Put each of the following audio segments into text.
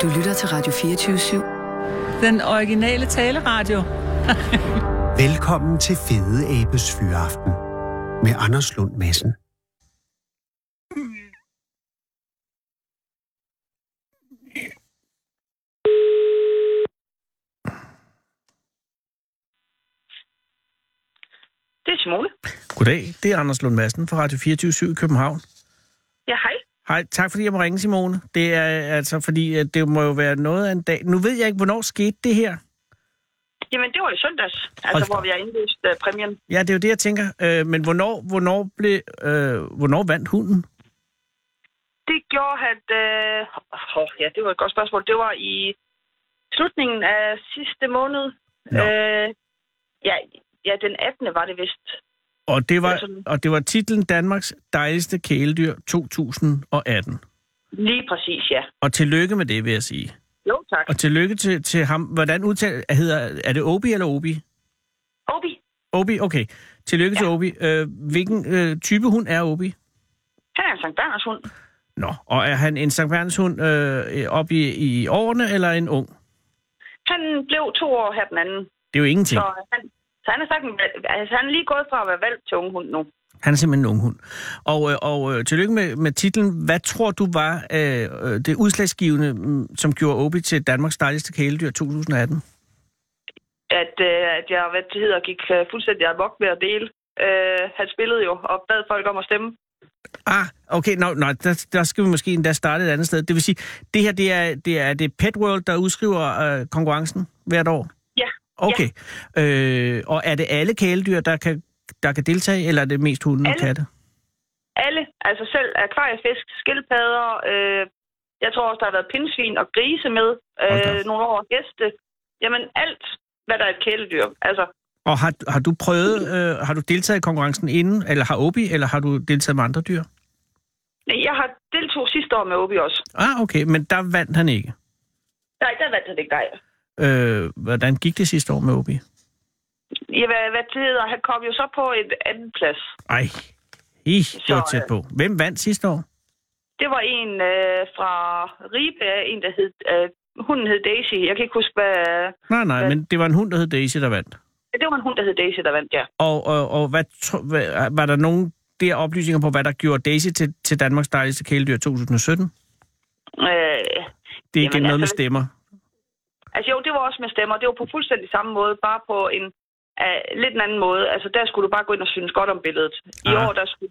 Du lytter til Radio 24/7. Den originale taleradio. Velkommen til Fede Abes Fyraften med Anders Lund Madsen. Det er Simone. Goddag, det er Anders Lund Madsen fra Radio 24/7 i København. Ja, hej. Hej, tak fordi jeg må ringe, Simone. Det er altså fordi, at det må jo være noget af en dag. Nu ved jeg ikke, hvornår skete det her. Jamen, det var i søndags, hvor vi har indløst præmien. Ja, det er jo det, jeg tænker. Men hvornår vandt hunden? Det gjorde han... ja, det var et godt spørgsmål. Det var i slutningen af sidste måned. Ja, den 18. var det vist. Og det var titlen Danmarks dejligste kæledyr 2018. Lige præcis, ja. Og tillykke med det, vil jeg sige. Jo, tak. Og tillykke til ham. Hvordan er det Obi eller Obi? Obi. Obi, okay. Tillykke til Obi. Hvilken type hund er Obi? Han er en Sankt Bernhards hund. Nå, og er han en Sankt Bernhards hund op i årene, eller en ung? Han blev 2 år her den anden. Det er jo ingenting. Så han er lige gået fra at være valgt til unghund nu. Han er simpelthen en ung hund. Og tillykke med titlen. Hvad tror du var det udslagsgivende, som gjorde Obi til Danmarks dejligste kæledyr 2018? At jeg gik fuldstændig amok med at dele. Han spillede jo og bad folk om at stemme. Okay. Nej, der skal vi måske endda starte et andet sted. Det vil sige, det her det er Pet World, der udskriver konkurrencen hvert år? Ja. Okay. Ja. Og er det alle kæledyr, der kan deltage, eller er det mest hunde og katte? Alle. Altså selv akvariefisk, skildpadder. Jeg tror også, der har været pindsvin og grise med. Nogle år heste. Jamen alt, hvad der er et kæledyr. Altså. Og har du prøvet, har du deltaget i konkurrencen inden, eller har Obi, eller har du deltaget med andre dyr? Jeg har deltog sidste år med Obi også. Okay, men der vandt han ikke? Nej, der vandt han ikke, nej. Hvordan gik det sidste år med Obi? Ja, han kom jo så på et anden plads. Det var tæt på. Hvem vandt sidste år? Det var en fra Ribe, en der hed, hunden hed Daisy. Jeg kan ikke huske, hvad... Nej, men det var en hund, der hed Daisy, der vandt. Ja, det var en hund, der hed Daisy, der vandt, ja. Og var der nogen der oplysninger på, hvad der gjorde Daisy til Danmarks dejligste kæledyr 2017? Det er igen noget med stemmer. Altså jo, det var også med stemmer. Det var på fuldstændig samme måde, bare på en lidt en anden måde. Altså der skulle du bare gå ind og synes godt om billedet. I år,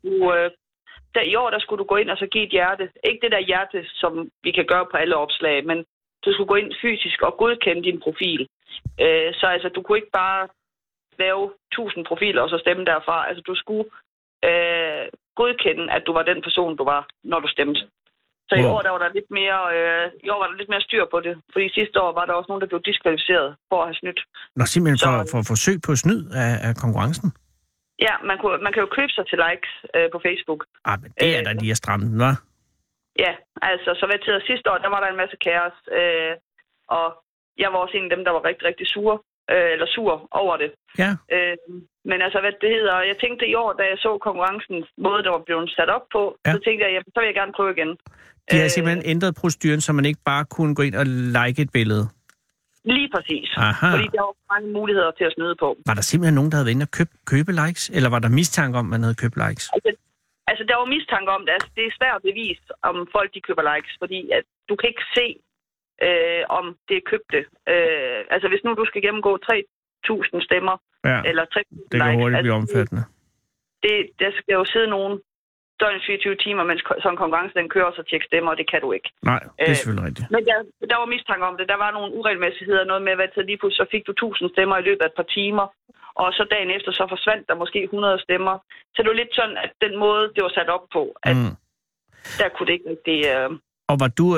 der skulle du gå ind og så give et hjerte. Ikke det der hjerte, som vi kan gøre på alle opslag, men du skulle gå ind fysisk og godkende din profil. Så altså, du kunne ikke bare lave 1000 profiler og så stemme derfra. Altså du skulle godkende, at du var den person, du var, når du stemte. Så i år, der var der lidt mere styr på det. Fordi sidste år var der også nogen, der blev diskvalificeret for at have snydt. Nå, simpelthen for forsøg på snyd af konkurrencen? Ja, man kan jo købe sig til likes på Facebook. Men det er da lige at stramme den, hva'? Ja, altså, så sidste år, der var der en masse kaos. Og jeg var også en af dem, der var rigtig, rigtig sur over det. Ja. Men altså, hvad det hedder, jeg tænkte i år, da jeg så konkurrencen, måde der var blevet sat op på, så tænkte jeg, jamen, så vil jeg gerne prøve igen. De har simpelthen ændret proceduren, så man ikke bare kunne gå ind og like et billede. Lige præcis. Aha. Fordi der var mange muligheder til at snyde på. Var der simpelthen nogen, der havde været inde og købe likes? Eller var der mistanke om, man havde købt likes? Altså, der var mistanke om det. Altså, det er svært at bevise, om folk de køber likes, fordi at du kan ikke se, om det er købte. Altså, hvis nu du skal gennemgå 3.000 stemmer, eller 3.000 likes... Det kan hurtigt blive omfattende. Der skal jo sidde nogen døgn 24 timer, mens sådan en konkurrence den kører, så tjekke stemmer, og det kan du ikke. Nej, det er selvfølgelig rigtigt. Men der var mistanke om det. Der var nogle uregelmæssigheder, noget med, hvad lige pludselig så fik du 1000 stemmer i løbet af et par timer, og så dagen efter, så forsvandt der måske 100 stemmer. Så det var lidt sådan, at den måde, det var sat op på, at der kunne det ikke rigtig... Og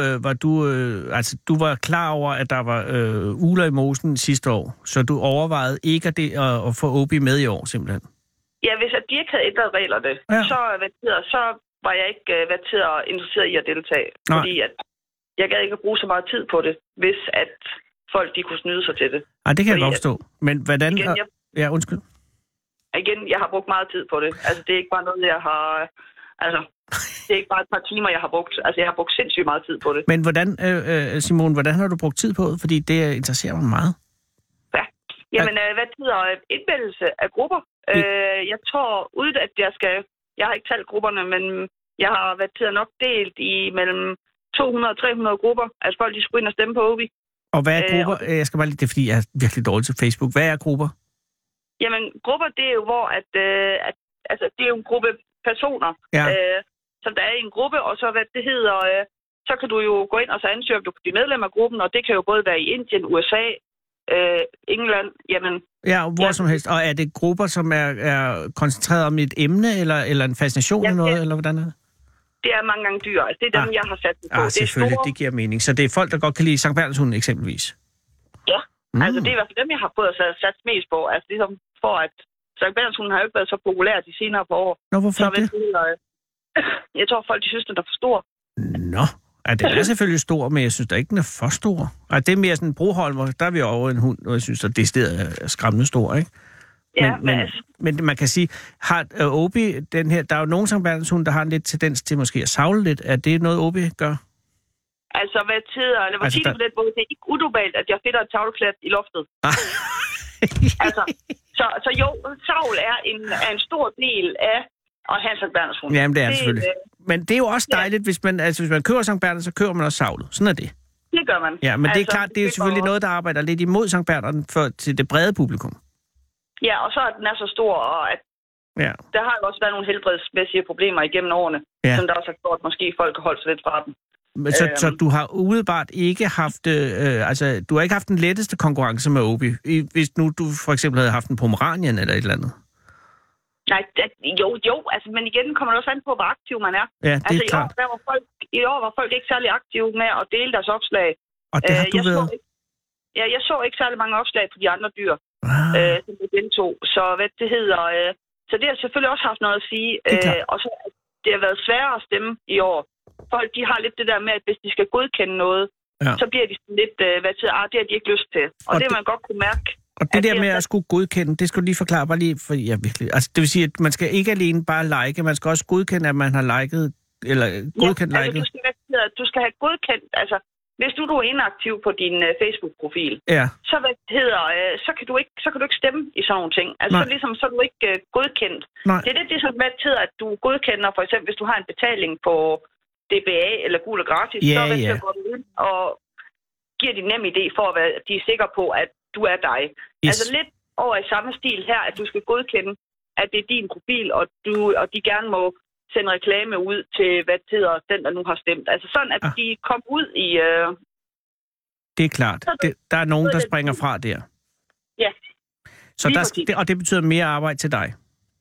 du var klar over, at der var uler i mosen sidste år, så du overvejede ikke at få Obi med i år, simpelthen? Ja, hvis at de ikke havde ændret reglerne, så var jeg ikke interesseret i at deltage. Nej. Fordi at jeg gad ikke at bruge så meget tid på det, hvis at folk de kunne snyde sig til det. Nej, det kan jeg godt forstå. Men hvordan... Igen, jeg har brugt meget tid på det. Altså, det er ikke bare noget, jeg har Altså, det er ikke bare et par timer, jeg har brugt. Altså, jeg har brugt sindssygt meget tid på det. Men hvordan, Simone, hvordan har du brugt tid på det? Fordi det interesserer mig meget. Ja. Jamen, hvad hedder indmeldelse af grupper? Jeg tror, uden at jeg har ikke talt grupperne, men jeg har nok delt i mellem 200 og 300 grupper. Altså, folk de skulle ind og stemme på Obi. Og hvad er grupper? Jeg skal bare lige, det er fordi, jeg er virkelig dårlig til Facebook. Hvad er grupper? Jamen, grupper, det er jo hvor, altså, det er jo en gruppe personer, som der er i en gruppe, og så, hvad det hedder, så kan du jo gå ind og så ansøge, om du kan blive medlem af gruppen, og det kan jo både være i Indien, USA, England, jamen... Ja, hvor som helst. Og er det grupper, som er koncentreret om et emne, eller en fascination eller noget, eller hvordan er det? Det er mange gange dyr. Altså, det er dem, jeg har sat på. Selvfølgelig, det giver mening. Så det er folk, der godt kan lide Sankt Bernhardshunden eksempelvis? Ja, altså det er i hvert fald dem, jeg har fået sat mest på. Altså ligesom for at Sankt Bernhardshunden har jo ikke været så populær de senere par år. Nå, hvorfor så, det? Jeg tror, folk de synes, den er for stor. Nå, den er selvfølgelig stor, men jeg synes da ikke, den er for stor. Det er mere sådan en Broholm, der er vi over en hund, og jeg synes, at det sted er skræmmende stor, ikke? Men man kan sige, har Obi den her... Der er jo nogen Sankt Bernhardshund, der har en lidt tendens til måske at savle lidt. Er det noget, Obi gør? Altså, hvad tider... Eller hvad siger du på den måde? Det er ikke udobalt, at jeg finder et tavleklat i loftet. Altså, så jo, savl er en stor del af at have Sankt Bernhardshund. Jamen, det er det selvfølgelig. Men det er jo også dejligt, hvis man køber Sankt Bernhard, så køber man også savlet. Sådan er det. Det gør man. Ja, men det er klart, det er jo selvfølgelig noget, der arbejder lidt imod Sankt Bernhard til det brede publikum. Ja, og så at den er så stor, og at der har jo også været nogle helbredsmæssige problemer igennem årene, som der også har gjort, måske folk har holdt sig lidt fra dem. Så du har umiddelbart ikke haft, du har ikke haft den letteste konkurrence med Obi, hvis nu du for eksempel havde haft en Pomeranien eller et eller andet? Nej, jo, altså, men igen kommer det også an på, hvor aktiv man er. Ja, det er klart. I år var folk ikke særlig aktive med at dele deres opslag. Og det har du været? Jeg så ikke særlig mange opslag på de andre dyr, som vi deltog. Så hvad det hedder... så det har selvfølgelig også haft noget at sige. Og så det har været sværere at stemme i år. Folk, de har lidt det der med, at hvis de skal godkende noget, så bliver de sådan lidt, det har de ikke lyst til. Og det man godt kunne mærke. Og det der med at skulle godkende, det skal du lige forklare bare lige, for jeg virkelig... Altså, det vil sige, at man skal ikke alene bare like, man skal også godkende, at man har liket, eller godkendt liket. Du skal have godkendt, altså, hvis du er inaktiv på din Facebook-profil, så kan du ikke stemme i sådan nogle ting. Altså, så er du ikke godkendt. Nej. Det er det, som betyder, at du godkender, for eksempel, hvis du har en betaling på DBA eller Gul og Gratis, så går du ind og giver din nem idé for, at de er sikre på, at du er dig. Yes. Altså lidt over i samme stil her, at du skal godkende, at det er din profil, og de gerne må sende reklame ud til, den, der nu har stemt. Altså sådan, at de kom ud i... Det er klart. Der er nogen, der springer fra der. Ja. Så og det betyder mere arbejde til dig?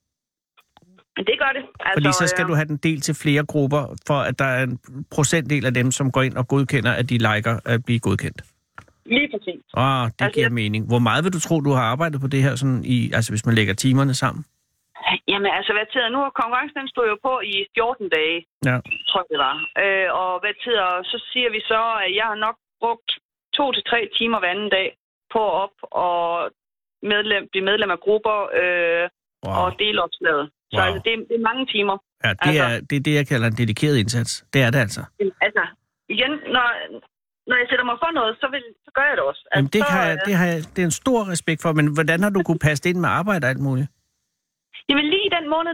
Det gør det. Altså, fordi så skal du have den del til flere grupper, for at der er en procentdel af dem, som går ind og godkender, at de liker at blive godkendt. Lige præcis. Det giver mening. Hvor meget vil du tro, du har arbejdet på det her, sådan hvis man lægger timerne sammen? Jamen, altså, nu har konkurrencen stået jo på i 14 dage, tror jeg det var. Og så siger vi så, at jeg har nok brugt 2 til 3 timer hver anden dag på at op og blive medlem af grupper og dele opslaget. Så altså, det er mange timer. Ja, det er det, jeg kalder en dedikeret indsats. Det er det altså. Altså, igen, når jeg sætter mig for noget, så gør jeg det også. Altså, jamen, det er en stor respekt for, men hvordan har du kunne passe det ind med arbejde og alt muligt? Jamen lige i den måned,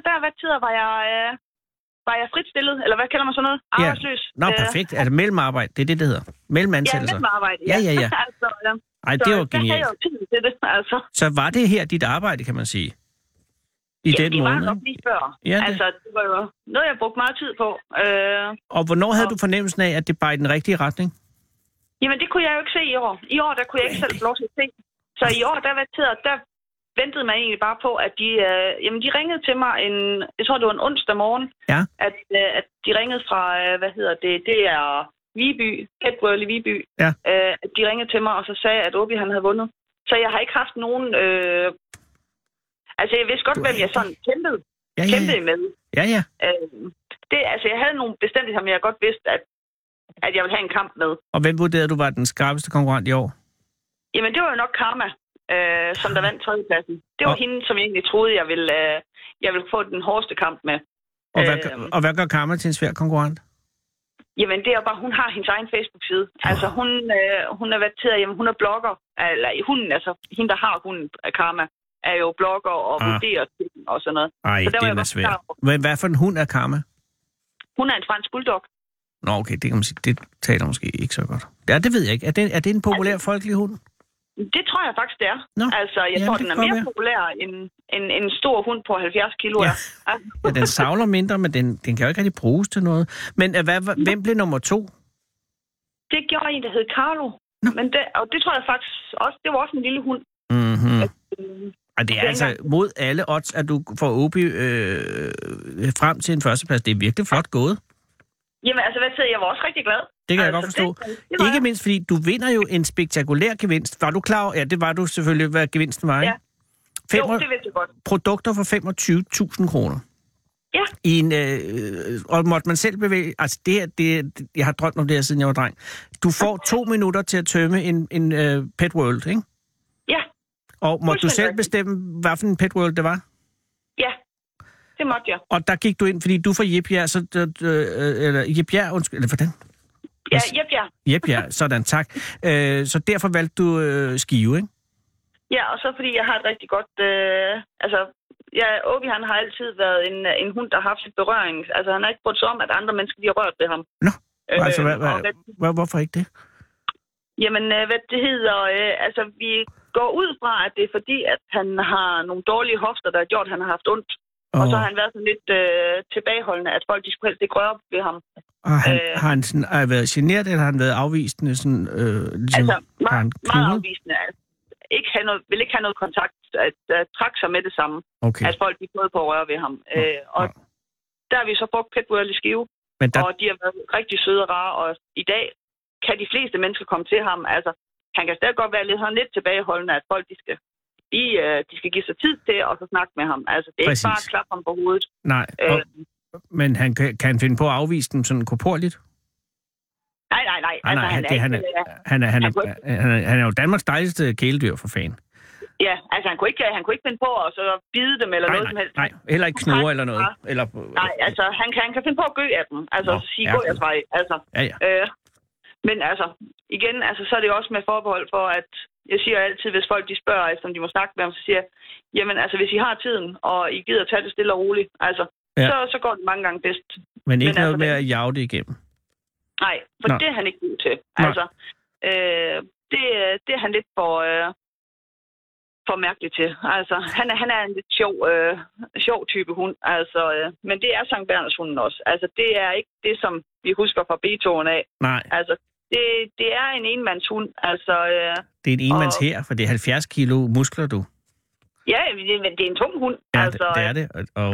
var jeg fritstillet, eller hvad kalder man sådan noget? Arbejdsløs. Nå, perfekt. Altså mellem-arbejde, det er det hedder. Mellem-ansættelser. Ja, mellem-arbejde, ja. Altså, ej, det var genialt. Så jeg jo tid til det, altså. Så var det her dit arbejde, kan man sige? Den det var måned? nok lige før. Ja, altså, det var jo noget, jeg brugte meget tid på. Og hvornår havde du fornemmelsen af, at det bare i den rigtige retning? Jamen, det kunne jeg jo ikke se i år. I år, der kunne jeg ikke selv få lov til at se. Så i år, der ventede man egentlig bare på, at de ringede til mig jeg tror, det var en onsdag morgen, at de ringede fra, det er Viby, Ketworld i Viby, at de ringede til mig, og så sagde, at Obi, han havde vundet. Så jeg har ikke haft nogen... altså, jeg vidste godt, hvem jeg sådan kæmpede med. Ja. Jeg havde nogle bestemmelser, men jeg godt vidste, at jeg ville have en kamp med. Og hvem vurderede du var den skarpeste konkurrent i år? Jamen, det var jo nok Karma, som der vandt 3. pladsen. Det var hende, som jeg egentlig troede, jeg ville få den hårdeste kamp med. Og hvad gør Karma til en svær konkurrent? Jamen, det er bare, hun har hendes egen Facebook-side. Altså, hun er været til, jamen, hun er blogger. Eller hunden, altså, hende, der har hunden af Karma, er jo blogger og vurderer ting og sådan noget. Ej, så den er svær. Men hvad for en hund er Karma? Hun er en fransk bulldog. Nå, okay, det kan man sige. Det taler måske ikke så godt. Ja, det ved jeg ikke. Er det en populær folkelig hund? Det tror jeg faktisk, det er. Nå, altså, jeg tror, den er mere populær end en stor hund på 70 kilo. Ja. Ja, den savler mindre, men den kan jo ikke rigtig bruges til noget. Men hvem blev nummer 2? Det gjorde en, der hed Carlo. Men det tror jeg faktisk også, det var også en lille hund. Mhm. Og det er altså mod alle odds, at du får Obi frem til en førsteplads. Det er virkelig flot gået. Jamen, altså, jeg var også rigtig glad. Det kan jeg godt forstå. Ikke mindst, fordi du vinder jo en spektakulær gevinst. Var du klar over? Ja, det var du selvfølgelig, hvad gevinsten var, ikke? Ja. Jo, det vidste jeg godt. Produkter for 25.000 kroner. Ja. Og måtte man selv bevæge... Altså, jeg har drømt om det her, siden jeg var dreng. Du får 2 minutter til at tømme en Pet World, ikke? Ja. Og måtte du selv bestemme, hvad for en Pet World det var? Ja. Det måtte jeg. Og der gik du ind, fordi du er fra Jebjerg, eller Jebjerg, undskyld, eller hvordan? Ja, Jebjerg. Jebjerg, sådan, tak. Så derfor valgte du Skive, ikke? Ja, og så fordi jeg har et rigtig godt... Obi, han har altid været en hund, der har haft et berøring. Altså, han har ikke brugt sig om, at andre mennesker, de har rørt ved ham. Nå, altså, hvorfor ikke det? Jamen, hvad det hedder... vi går ud fra, at det er fordi, at han har nogle dårlige hofter, der har gjort, at han har haft ondt. Og så har han været sådan lidt tilbageholdende, at folk de skulle helst ikke røre ved ham. Og har han sådan, været generet, eller har han været afvisende? Sådan, ligesom, meget afvisende. Vil ikke have noget kontakt. At trække sig med det samme. Okay. At folk de prøvede på at røre ved ham. Og der har vi så brugt Pet World i Skive. Og de har været rigtig søde og rare. Og i dag kan de fleste mennesker komme til ham. Altså, han kan stadig godt være lidt tilbageholdende, at folk de skal give sig tid til at så snakke med ham. Altså, det er ikke bare at klappe ham på hovedet. Nej, men kan han finde på at afvise dem sådan korporligt? Nej. Altså, han er jo Danmarks dejligste kæledyr for fan. Ja, altså han kunne ikke finde på at så bide dem eller noget som helst. Nej, heller ikke knurre eller noget. Eller... Nej, altså han kan finde på at gø af dem. Altså sige gå jeres vej. Altså. Ja. Men altså, igen, altså, så er det jo også med forbehold for, at jeg siger altid, hvis folk de spørger, efter om de må snakke med ham, så siger jeg, jamen altså, hvis I har tiden, og I gider tage det stille og roligt, altså, så går det mange gange bedst. Men ikke noget med at jage det igennem? Nej, for det er han ikke god til. Altså, det er han lidt for mærkelig til. Altså, han er en lidt sjov type hund. Altså, men det er Sankt Bernhards hunden også. Altså, det er ikke det, som vi husker fra Beethoven af. Nej. Altså, det er en enmandshund. Altså, det er en enmandshær, for det er 70 kilo muskler, du. Ja, men det er en tung hund. Ja, altså, det er det.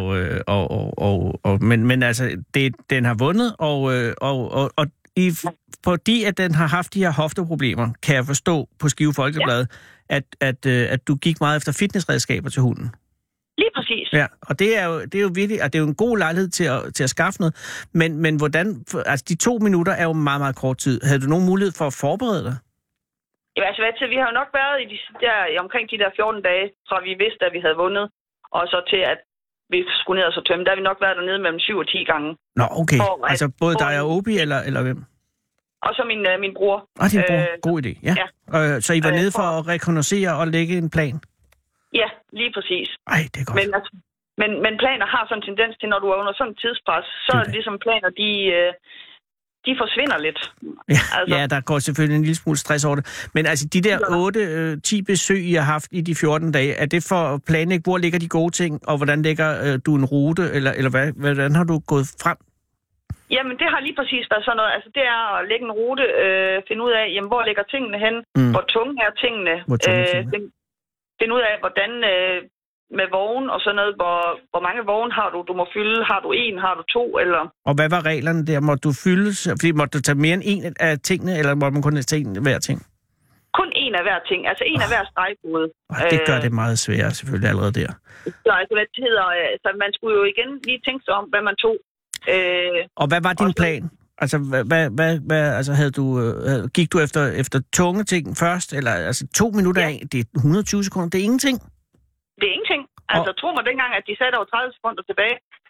Men altså, den har vundet, og fordi at den har haft de her hofteproblemer, kan jeg forstå på Skive Folkeblad, at du gik meget efter fitnessredskaber til hunden. Lige præcis. Ja, og det er jo virkelig, og det er jo en god lejlighed til at skaffe noget. Men hvordan, altså de 2 minutter er jo meget, meget kort tid. Havde du nogen mulighed for at forberede dig? Ja, altså vi har jo nok været omkring de der 14 dage, fra vi vidste, at vi havde vundet, og så til at vi skulle ned og så tømme. Der har vi nok været dernede mellem 7 og 10 gange. Nå, okay. Altså både dig og Obi, eller hvem? Og så min bror. Din bror. God idé, ja. Så I var nede for at rekognoscere og lægge en plan? Ja, lige præcis. Ej, det er godt. Men planer har sådan en tendens til, når du er under sådan en tidspres, så er det ligesom planer, de forsvinder lidt. Ja, der går selvfølgelig en lille smule stress over det. Men altså, de der 8-10 besøg, I har haft i de 14 dage, er det for at planlægge, hvor ligger de gode ting, og hvordan lægger du en rute, eller hvordan har du gået frem? Jamen, det har lige præcis været sådan noget. Altså, det er at lægge en rute, finde ud af, jamen, hvor ligger tingene hen, hvor tunge er tingene, finde ud af, hvordan med vogn og sådan noget, hvor mange vogne har du må fylde, har du 1, har du 2, eller... Og hvad var reglerne der? Måtte du fylde, fordi måtte du tage mere end 1 af tingene, eller måtte man kun tage 1 af hver ting? Kun 1 af hver ting, altså 1 af hver stregkode. Det gør det meget sværere selvfølgelig allerede der. Så altså, hvad det hedder, så man skulle jo igen lige tænke sig om, hvad man tog. Og hvad var din plan? Altså, altså havde du, gik du efter tunge ting først? Eller altså 2 minutter af, det er 120 sekunder, det er ingenting? Det er ingenting. Altså, tro mig dengang, at de satte over 30 sekunder tilbage,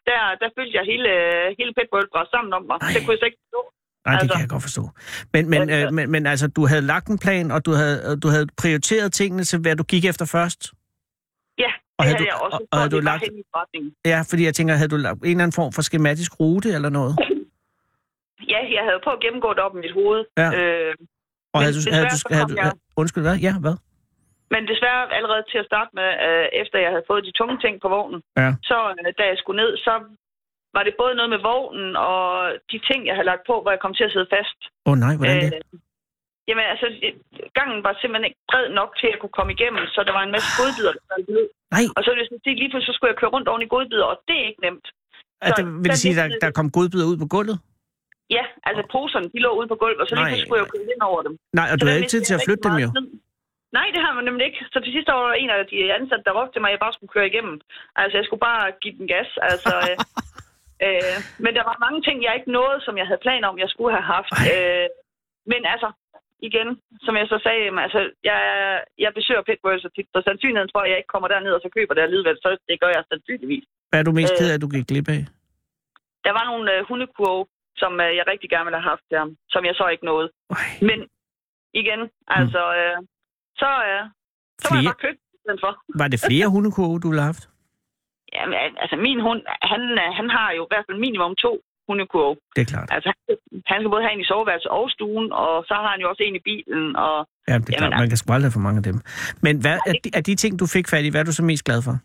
der følte jeg hele Petworld bræt sammen om mig. Ej. Det kunne jeg slet ikke forstå. Nej, det kan jeg godt forstå. Men altså, du havde lagt en plan, og du havde prioriteret tingene til, hvad du gik efter først? Ja, det havde jeg også. Og havde du lagt... Ja, fordi jeg tænker, havde du lagt en eller anden form for skematisk rute eller noget? Ja, jeg havde prøvet at gennemgå det op i mit hoved. Ja. Og havde du... Undskyld, hvad? Ja, hvad? Men desværre allerede til at starte med, efter jeg havde fået de tunge ting på vognen, så da jeg skulle ned, så var det både noget med vognen og de ting, jeg havde lagt på, hvor jeg kom til at sidde fast. Nej, hvordan det? Jamen altså, gangen var simpelthen ikke bred nok til at kunne komme igennem, så der var en masse godbidder, der faldt ned. Nej. Og så ville jeg sige, lige pludselig så skulle jeg køre rundt oven i godbidder, og det er ikke nemt. Det vil det sige, at der kom godbidder ud på gulvet? Ja, altså poserne, de lå ude på gulvet, og så lige pludselig skulle jeg køre ind over dem. Nej, og du havde ikke tid til at flytte dem jo? Nej, det har man nemlig ikke. Så til sidste år var der en af de ansatte, der råbte til mig, at jeg bare skulle køre igennem. Altså, jeg skulle bare give den gas. Altså, men der var mange ting, jeg ikke nåede, som jeg havde planer om, jeg skulle have haft. Men altså, igen, som jeg så sagde, altså, jeg besøger Petworld så tit, så sandsynligheden for, at jeg ikke kommer derned og så køber det alligevel, så det gør jeg sandsynligvis. Hvad er du mest ked af, at du gik glip af? Der var nogle hundekurve, som jeg rigtig gerne ville have haft der, som jeg så ikke nåede. Men igen, altså... Så var jeg bare købt i stedet for. Var det flere hundekurve, du ville have haft? Jamen, altså min hund, han har jo i hvert fald minimum 2 hundekurve. Det er klart. Altså, han skal både have en i soveværelset og stuen, og så har han jo også en i bilen. Og, ja, det er klart. Man kan sgu aldrig have for mange af dem. Men hvad er de ting, du fik fat i, hvad er du så mest glad for?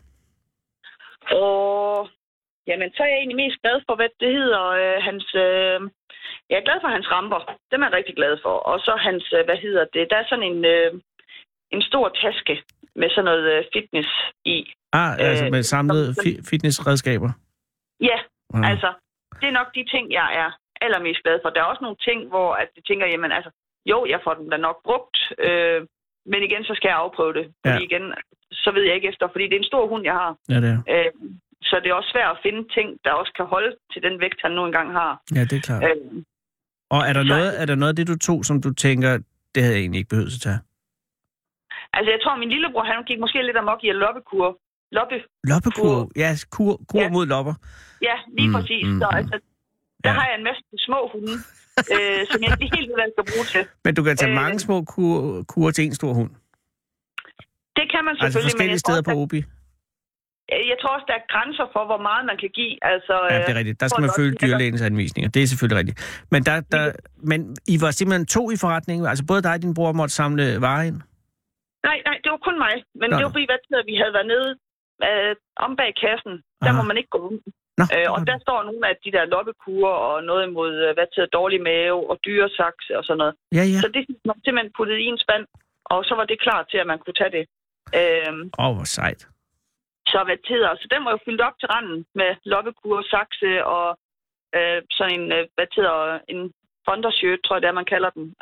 Jamen, så er jeg egentlig mest glad for, hvad det hedder, jeg er glad for hans ramper. Dem er jeg rigtig glad for. Og så hans, der er sådan en stor taske med sådan noget fitness i. Altså med samlede fitnessredskaber? Ja, altså, det er nok de ting, jeg er allermest glad for. Der er også nogle ting, hvor at jeg tænker, jamen altså, jo, jeg får den da nok brugt, men igen, så skal jeg afprøve det. Fordi igen, så ved jeg ikke efter, fordi det er en stor hund, jeg har. Ja, det er. Så det er også svært at finde ting, der også kan holde til den vægt, han nu engang har. Ja, det er klart. Og er der noget af det, du tog, som du tænker, det havde jeg egentlig ikke behøvet at tage? Altså, jeg tror, min lillebror, han gik måske lidt amok i at loppekur. Loppekur? Ja, kur mod lopper. Ja, lige præcis. Så altså, der har jeg en masse små hunde, som jeg ikke helt ved, hvad jeg skal bruge til. Men du kan tage mange små kurer til en stor hund? Det kan man selvfølgelig. Altså forskellige steder på Obi? Jeg tror også, der er grænser for, hvor meget man kan give. Altså, ja, det er rigtigt. Der skal man følge dyrlægens anvisninger. Det er selvfølgelig rigtigt. Men I var simpelthen 2 i forretningen? Altså både dig og din bror måtte samle varer ind? Nej, det var kun mig. Men det var fordi, vi havde været nede om bag kassen. Der må man ikke gå ud. Og der står nogle af de der loppekurer og noget imod dårlig mave og dyresaks og sådan noget. Ja. Så det var simpelthen puttet i en spand, og så var det klar til, at man kunne tage det. Hvor sejt. Så den var jo fyldt op til randen med loppekur, sakse og sådan en Fondershirt, tror jeg det er, man kalder den,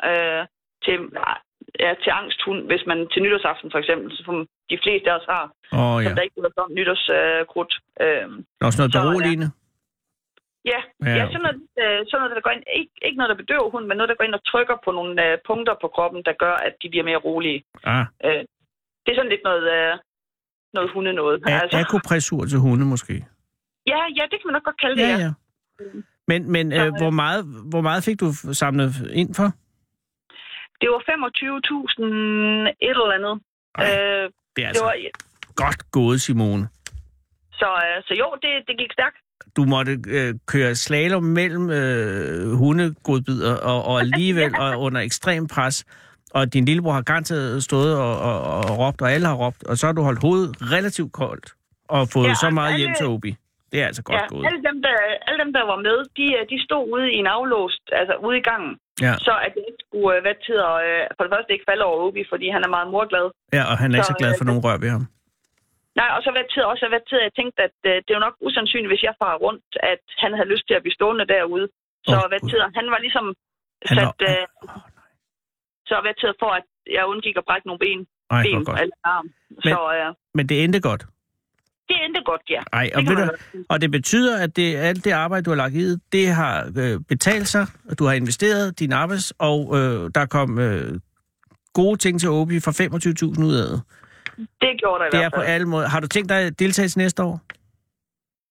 til angsthund, hvis man til nytårsaften for eksempel, som de fleste af os har. Så der ikke bliver sådan nytårskrudt. Også noget beroligende? Ja, sådan noget, der går ind, ikke noget, der bedøver hunden, men noget, der går ind og trykker på nogle punkter på kroppen, der gør, at de bliver mere rolige. Det er sådan lidt noget hundenåde. Akupressur til hunde måske? Ja, det kan man nok godt kalde det, ja. Men hvor meget fik du samlet ind for? Det var 25.000 et eller andet. Det er altså godt gået, Simone. Så jo, det gik stærkt. Du måtte køre slalom mellem hundegodbidder og alligevel og under ekstrem pres. Og din lillebror har garanteret stået og råbt, og alle har råbt. Og så har du holdt hovedet relativt koldt og fået så meget hjem til Obi. Det er altså godt gået. Alle dem, der var med, de stod ude i en aflåst, altså ude i gangen. Ja. Så at det ikke skulle for det første ikke falde over Obi, fordi han er meget morglad. Ja, og han er ikke så glad for nogen rør ved ham. Nej, og så jeg tænkte, at det er jo nok usandsynligt, hvis jeg farer rundt, at han havde lyst til at blive stående derude. Så han var ligesom sat... Så for, at jeg undgik at brække nogle ben eller arm. Men det endte godt? Det endte godt, ja. Og det betyder, at alt det arbejde, du har lagt i, det har betalt sig, og du har investeret din og der kom gode ting til Obi for 25.000 ud af det. Det gjorde der i hvert fald. Det er på alle måder. Har du tænkt dig at deltage til næste år?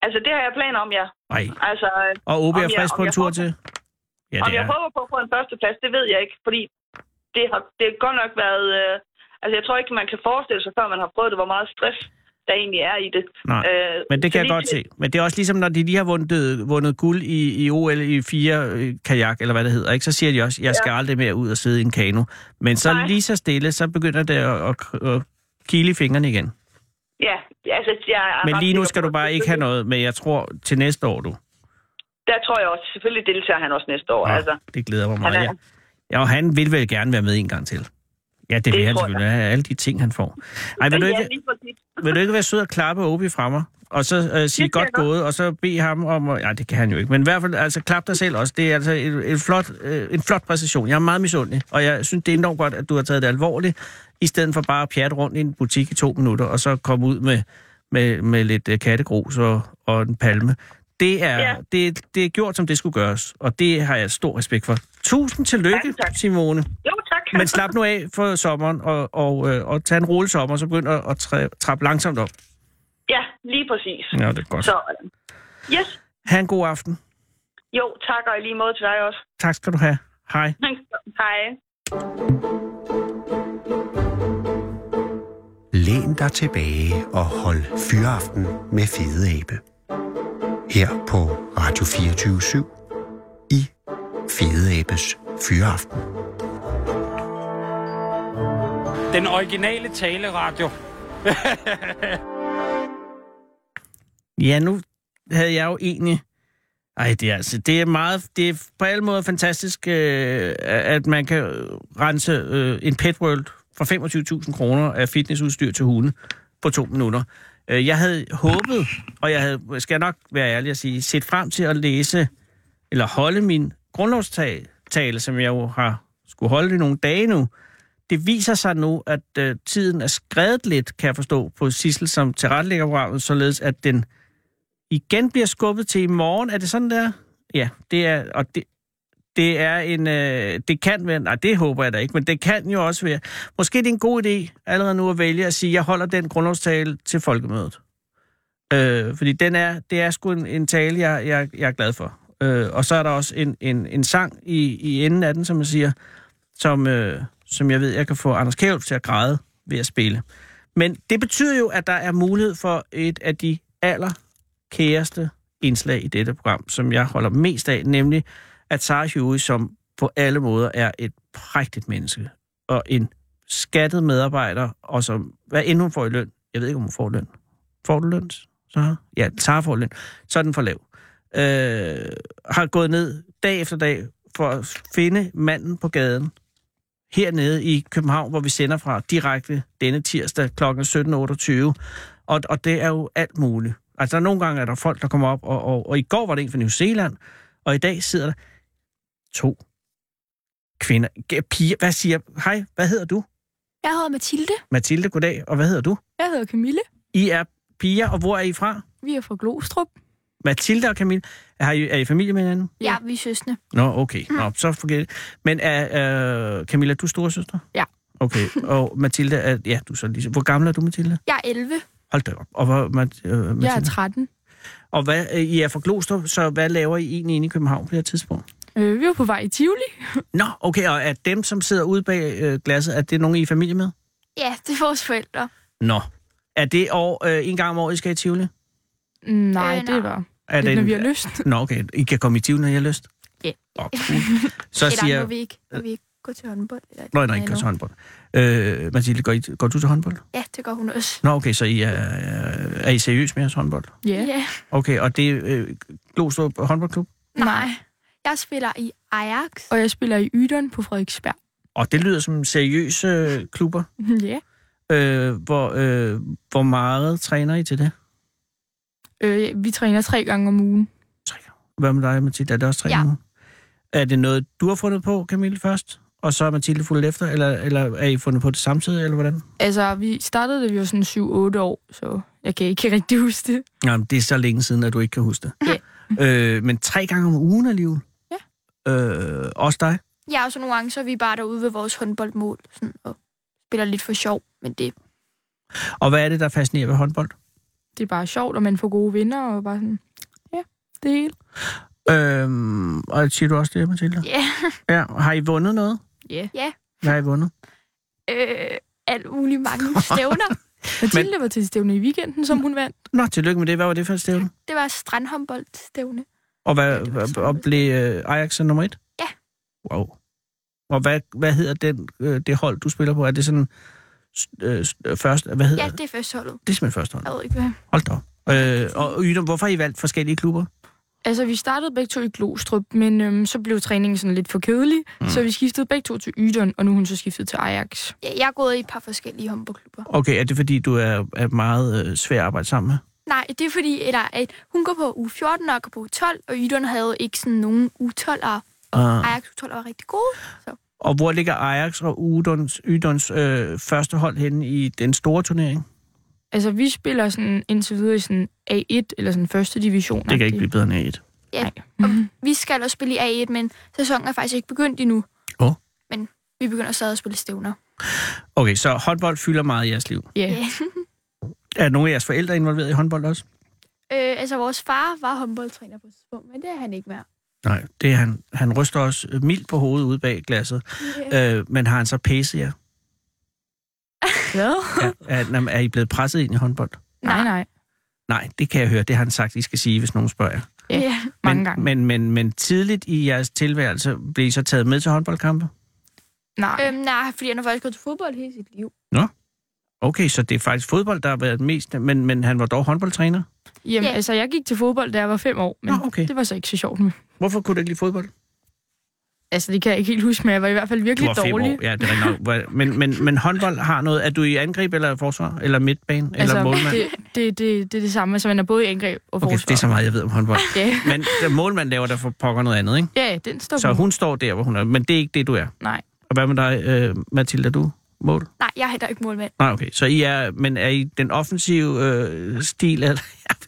Altså, det har jeg planer om, ja. Nej. Altså, Og OB er frisk på en tur til? Ja, om jeg håber på at få en førsteplads, det ved jeg ikke, fordi det har godt nok været... altså, jeg tror ikke, man kan forestille sig, før man har prøvet det, hvor meget stress der egentlig er i det. Nej, men det kan jeg godt se. Men det er også ligesom, når de lige har vundet guld i OL i 4 kajak, eller hvad det hedder, ikke? Så siger de også, jeg skal aldrig mere ud og sidde i en kano. Men så lige så stille, så begynder det at kile i fingrene igen. Ja, altså... Men lige nu skal du bare ikke have noget, men jeg tror til næste år, du. Der tror jeg også. Selvfølgelig deltager han også næste år. Altså. Det glæder mig meget. Ja, og han vil vel gerne være med en gang til. Ja, det vil han selvfølgelig. Alle de ting, han får. Ej, vil du ikke være sød og klappe Obi fra mig? Og så sige godt gået, og så bede ham om... Ja, det kan han jo ikke. Men i hvert fald, altså, klap dig selv også. Det er altså en flot præstation. Jeg er meget misundelig, og jeg synes, det er enormt godt, at du har taget det alvorligt, i stedet for bare at pjatte rundt i en butik i 2 minutter, og så komme ud med lidt kattegrus og en palme. Det er gjort, som det skulle gøres, og det har jeg stor respekt for. Tusind tillykke, tak. Simone. Jo, tak. Men slap nu af for sommeren, og tag en rolig sommer, så begynd at trappe langsomt op. Ja, lige præcis. Ja, det er godt. Så, yes. Ha' en god aften. Jo, tak, og i lige måde til dig også. Tak skal du have. Hej. Hej. Læn dig tilbage og hold fyraften med Fede Abe. Her på Radio 24/7 i Fede Abes Fyraften. Den originale taleradio. Ja, nu havde jeg jo egentlig... Det er på alle måder fantastisk, at man kan rense en Pet World for 25.000 kroner af fitnessudstyr til hunde på 2 minutter. Jeg havde håbet, og skal nok være ærlig at sige, set frem til at læse, eller holde min grundlovstale, som jeg jo har skulle holde i nogle dage nu. Det viser sig nu, at tiden er skredet lidt, kan jeg forstå, på Sissel som tilrettelægger programmet, således at den igen bliver skubbet til i morgen. Er det sådan der? Ja, det er, og det er en... det kan være... Nej, det håber jeg da ikke, men det kan jo også være... Måske det er en god idé allerede nu at vælge at sige, at jeg holder den grundlovstale til folkemødet. Fordi det er sgu en tale, jeg er glad for. Og så er der også en sang i enden af den, som jeg siger, som jeg ved, jeg kan få Anders Kjærulff til at græde ved at spille. Men det betyder jo, at der er mulighed for et af de allerkæreste indslag i dette program, som jeg holder mest af, nemlig at Sarah Huey, som på alle måder er et prægtigt menneske, og en skattet medarbejder, og som, hvad end hun får i løn, jeg ved ikke, om hun får løn. Får du løn? Så? Ja, Sarah får løn. Så er den for lav. Har gået ned dag efter dag for at finde manden på gaden, hernede i København, hvor vi sender fra direkte denne tirsdag kl. 17.28. Og det er jo alt muligt. Altså, nogle gange er der folk, der kommer op, og i går var det en fra New Zealand, og i dag sidder der 2 kvinder. Piger, hvad siger... Hej, hvad hedder du? Jeg hedder Mathilde. Mathilde, goddag. Og hvad hedder du? Jeg hedder Camille. I er piger, og hvor er I fra? Vi er fra Glostrup. Mathilde og Camille. Er I familie med hinanden? Ja, vi er søstre. Nå, okay. Nå, så forget det. Men er Camilla, du storesøster? Ja. Okay, og Mathilde, du så lige... Hvor gammel er du, Mathilde? Jeg er 11. Hold da op. Og hvor, Mathilde? Jeg er 13. Og I er fra Glostrup, så hvad laver I egentlig inde i København på det her tidspunkt? Vi er på vej i Tivoli. Nå, okay, og er dem, som sidder ude bag glasset, er det nogen, I er familie med? Ja, det er vores forældre. Nå. Er det en gang om året, I skal i Tivoli? Nej, det var lidt, når vi har lyst. Nå, okay. I kan komme i Tivoli, når I har lyst? Ja. Cool. Så eller må vi ikke gå til håndbold? Eller nej, ikke gå til håndbold. Mathilde, går du til håndbold? Ja, det gør hun også. Nå, okay, så I er I seriøs med jeres håndbold? Ja. Yeah. Okay, og det er Glostrup håndboldklub? Nej. Jeg spiller i Ajax, og jeg spiller i Ydern på Frederiksberg. Og det lyder som seriøse klubber? Ja. Hvor meget træner I til det? Vi træner 3 gange om ugen. 3 gange. Hvad med dig, Mathilde? Er det også 3 gange? Er det noget, du har fundet på, Camille, først? Og så er Mathilde fulgt efter? Eller er I fundet på det samtidig, eller hvordan? Altså, vi startede det jo sådan 7-8 år, så jeg kan ikke rigtig huske det. Jamen, det er så længe siden, at du ikke kan huske det. Ja. Men 3 gange om ugen alligevel? Ja. Også dig? Ja, og så nogle gange, så er vi bare derude ved vores håndboldmål, sådan, og spiller lidt for sjov, men det... Og hvad er det, der fascinerer ved håndbold? Det er bare sjovt, og man får gode venner, og bare sådan, ja, det hele. Og siger du også det, Mathilde? Ja. Ja. Har I vundet noget? Ja. Hvad har I vundet? Alt muligt mange stævner. Mathilde var til stævne i weekenden, som hun vandt. Nå, tillykke med det. Hvad var det for et stævne? Det var strandhåndboldstævne. Og og blev Ajax nummer 1? Ja. Wow. Og hvad hedder det hold, du spiller på? Er det sådan første? Hvad hedder Ja, det er førsteholdet. Det er simpelthen førsteholdet. Jeg ved ikke, hvad. Hold da op. Og Ydom, hvorfor har I valgt forskellige klubber? Altså, vi startede begge to i Glostrup, men så blev træningen sådan lidt for kedelig, så vi skiftede begge to til Ydon, og nu er hun så skiftet til Ajax. Ja, jeg er gået i et par forskellige håndboldklubber. Okay, er det fordi, du er meget svær at arbejde sammen med? Nej, det er fordi, at hun går på U14 og jeg går på U12, og Ydon havde ikke sådan nogen U12'ere. Ajax U12 var rigtig gode. Så. Og hvor ligger Ajax og Ydons første hold henne i den store turnering? Altså, vi spiller sådan indtil videre i sådan A1, eller sådan første division. Det kan ikke blive bedre end A1. Ja, og vi skal også spille i A1, men sæsonen er faktisk ikke begyndt endnu. Men vi begynder stadig at spille stævner. Okay, så håndbold fylder meget i jeres liv? Ja. Er nogle af jeres forældre involveret i håndbold også? Altså, vores far var håndboldtræner på tidspunkt, men det er han ikke mere. Nej, det er han. Han ryster også mildt på hovedet ude bag glasset. Yeah. Men har han så pæset jer? Hvad? Er I blevet presset ind i håndbold? Nej. Nej, det kan jeg høre. Det har han sagt, I skal sige, hvis nogen spørger jer. Ja, mange gange. Men tidligt i jeres tilværelse blev I så taget med til håndboldkampe? Nej. Nej, fordi han har faktisk gået til fodbold hele sit liv. Nå. Okay, så det er faktisk fodbold, der har været mest, men han var dog håndboldtræner? Jamen, altså, jeg gik til fodbold, da jeg var 5 år, men det var så ikke så sjovt med. Hvorfor kunne du ikke lide fodbold? Altså, det kan jeg ikke helt huske, men jeg var i hvert fald virkelig dårlig. Du var 5 år, ja, det er nok. Men håndbold har noget... Er du i angreb eller forsvar? Eller midtbane? Altså, eller målmand? Det er det samme, så man er både i angreb og forsvar. Okay, det er så meget, jeg ved om håndbold. Ja. Men målmand laver der for pokker noget andet, ikke? Ja, den står så hun står der, hvor hun er. Men det er ikke det, du er? Nej. Og hvad med dig, Mathilde, er du mål? Nej, jeg er heller ikke målmand. Nej, okay. Så I er... Men er I den offensive stil? Eller?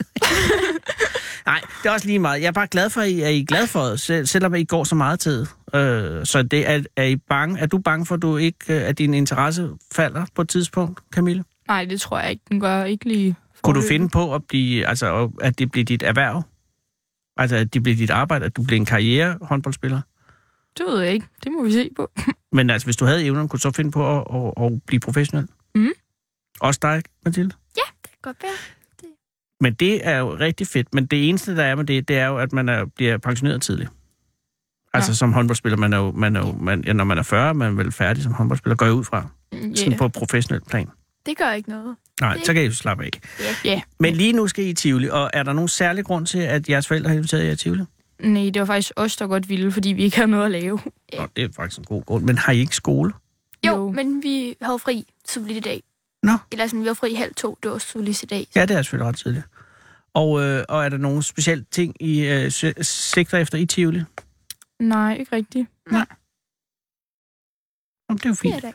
Nej, det er også lige meget. Jeg er bare glad for, at I er glad for det, selvom I går så meget tid. Så det er I bange? Er du bange for, at din interesse falder på et tidspunkt, Camille? Nej, det tror jeg ikke. Den gør ikke lige... Kunne du finde på at blive, altså, at det bliver dit erhverv? Altså, at det bliver dit arbejde, at du bliver en karriere håndboldspiller? Det ved jeg ikke. Det må vi se på. Men altså, hvis du havde evnen, kunne du så finde på at blive professionel? Også dig, Mathilde? Ja, det kan godt være. Men det er jo rigtig fedt. Men det eneste, der er med det er jo, at man bliver pensioneret tidligt. Altså som håndboldspiller, når man er 40, man er vel færdig som håndboldspiller, går jeg ud fra. Sådan på professionelt plan. Det gør ikke noget. Nej, så kan I jo slappe af. Ja. Men lige nu skal I i Tivoli, og er der nogen særlig grund til, at jeres forældre har inviteret jer i Tivoli? Nej, det var faktisk os, der godt ville, fordi vi ikke havde noget at lave. Nå, det er faktisk en god grund. Men har I ikke skole? Jo, men vi havde fri tidligt i dag. Nå. Eller sådan, vi var fri 1:30, det var tidligt i dag. Ja, det er selvfølgelig ret tidligt. Og er der nogle specielle ting, I sigter efter i Tivoli? Nej, ikke rigtigt. Nej. Det er jo fint.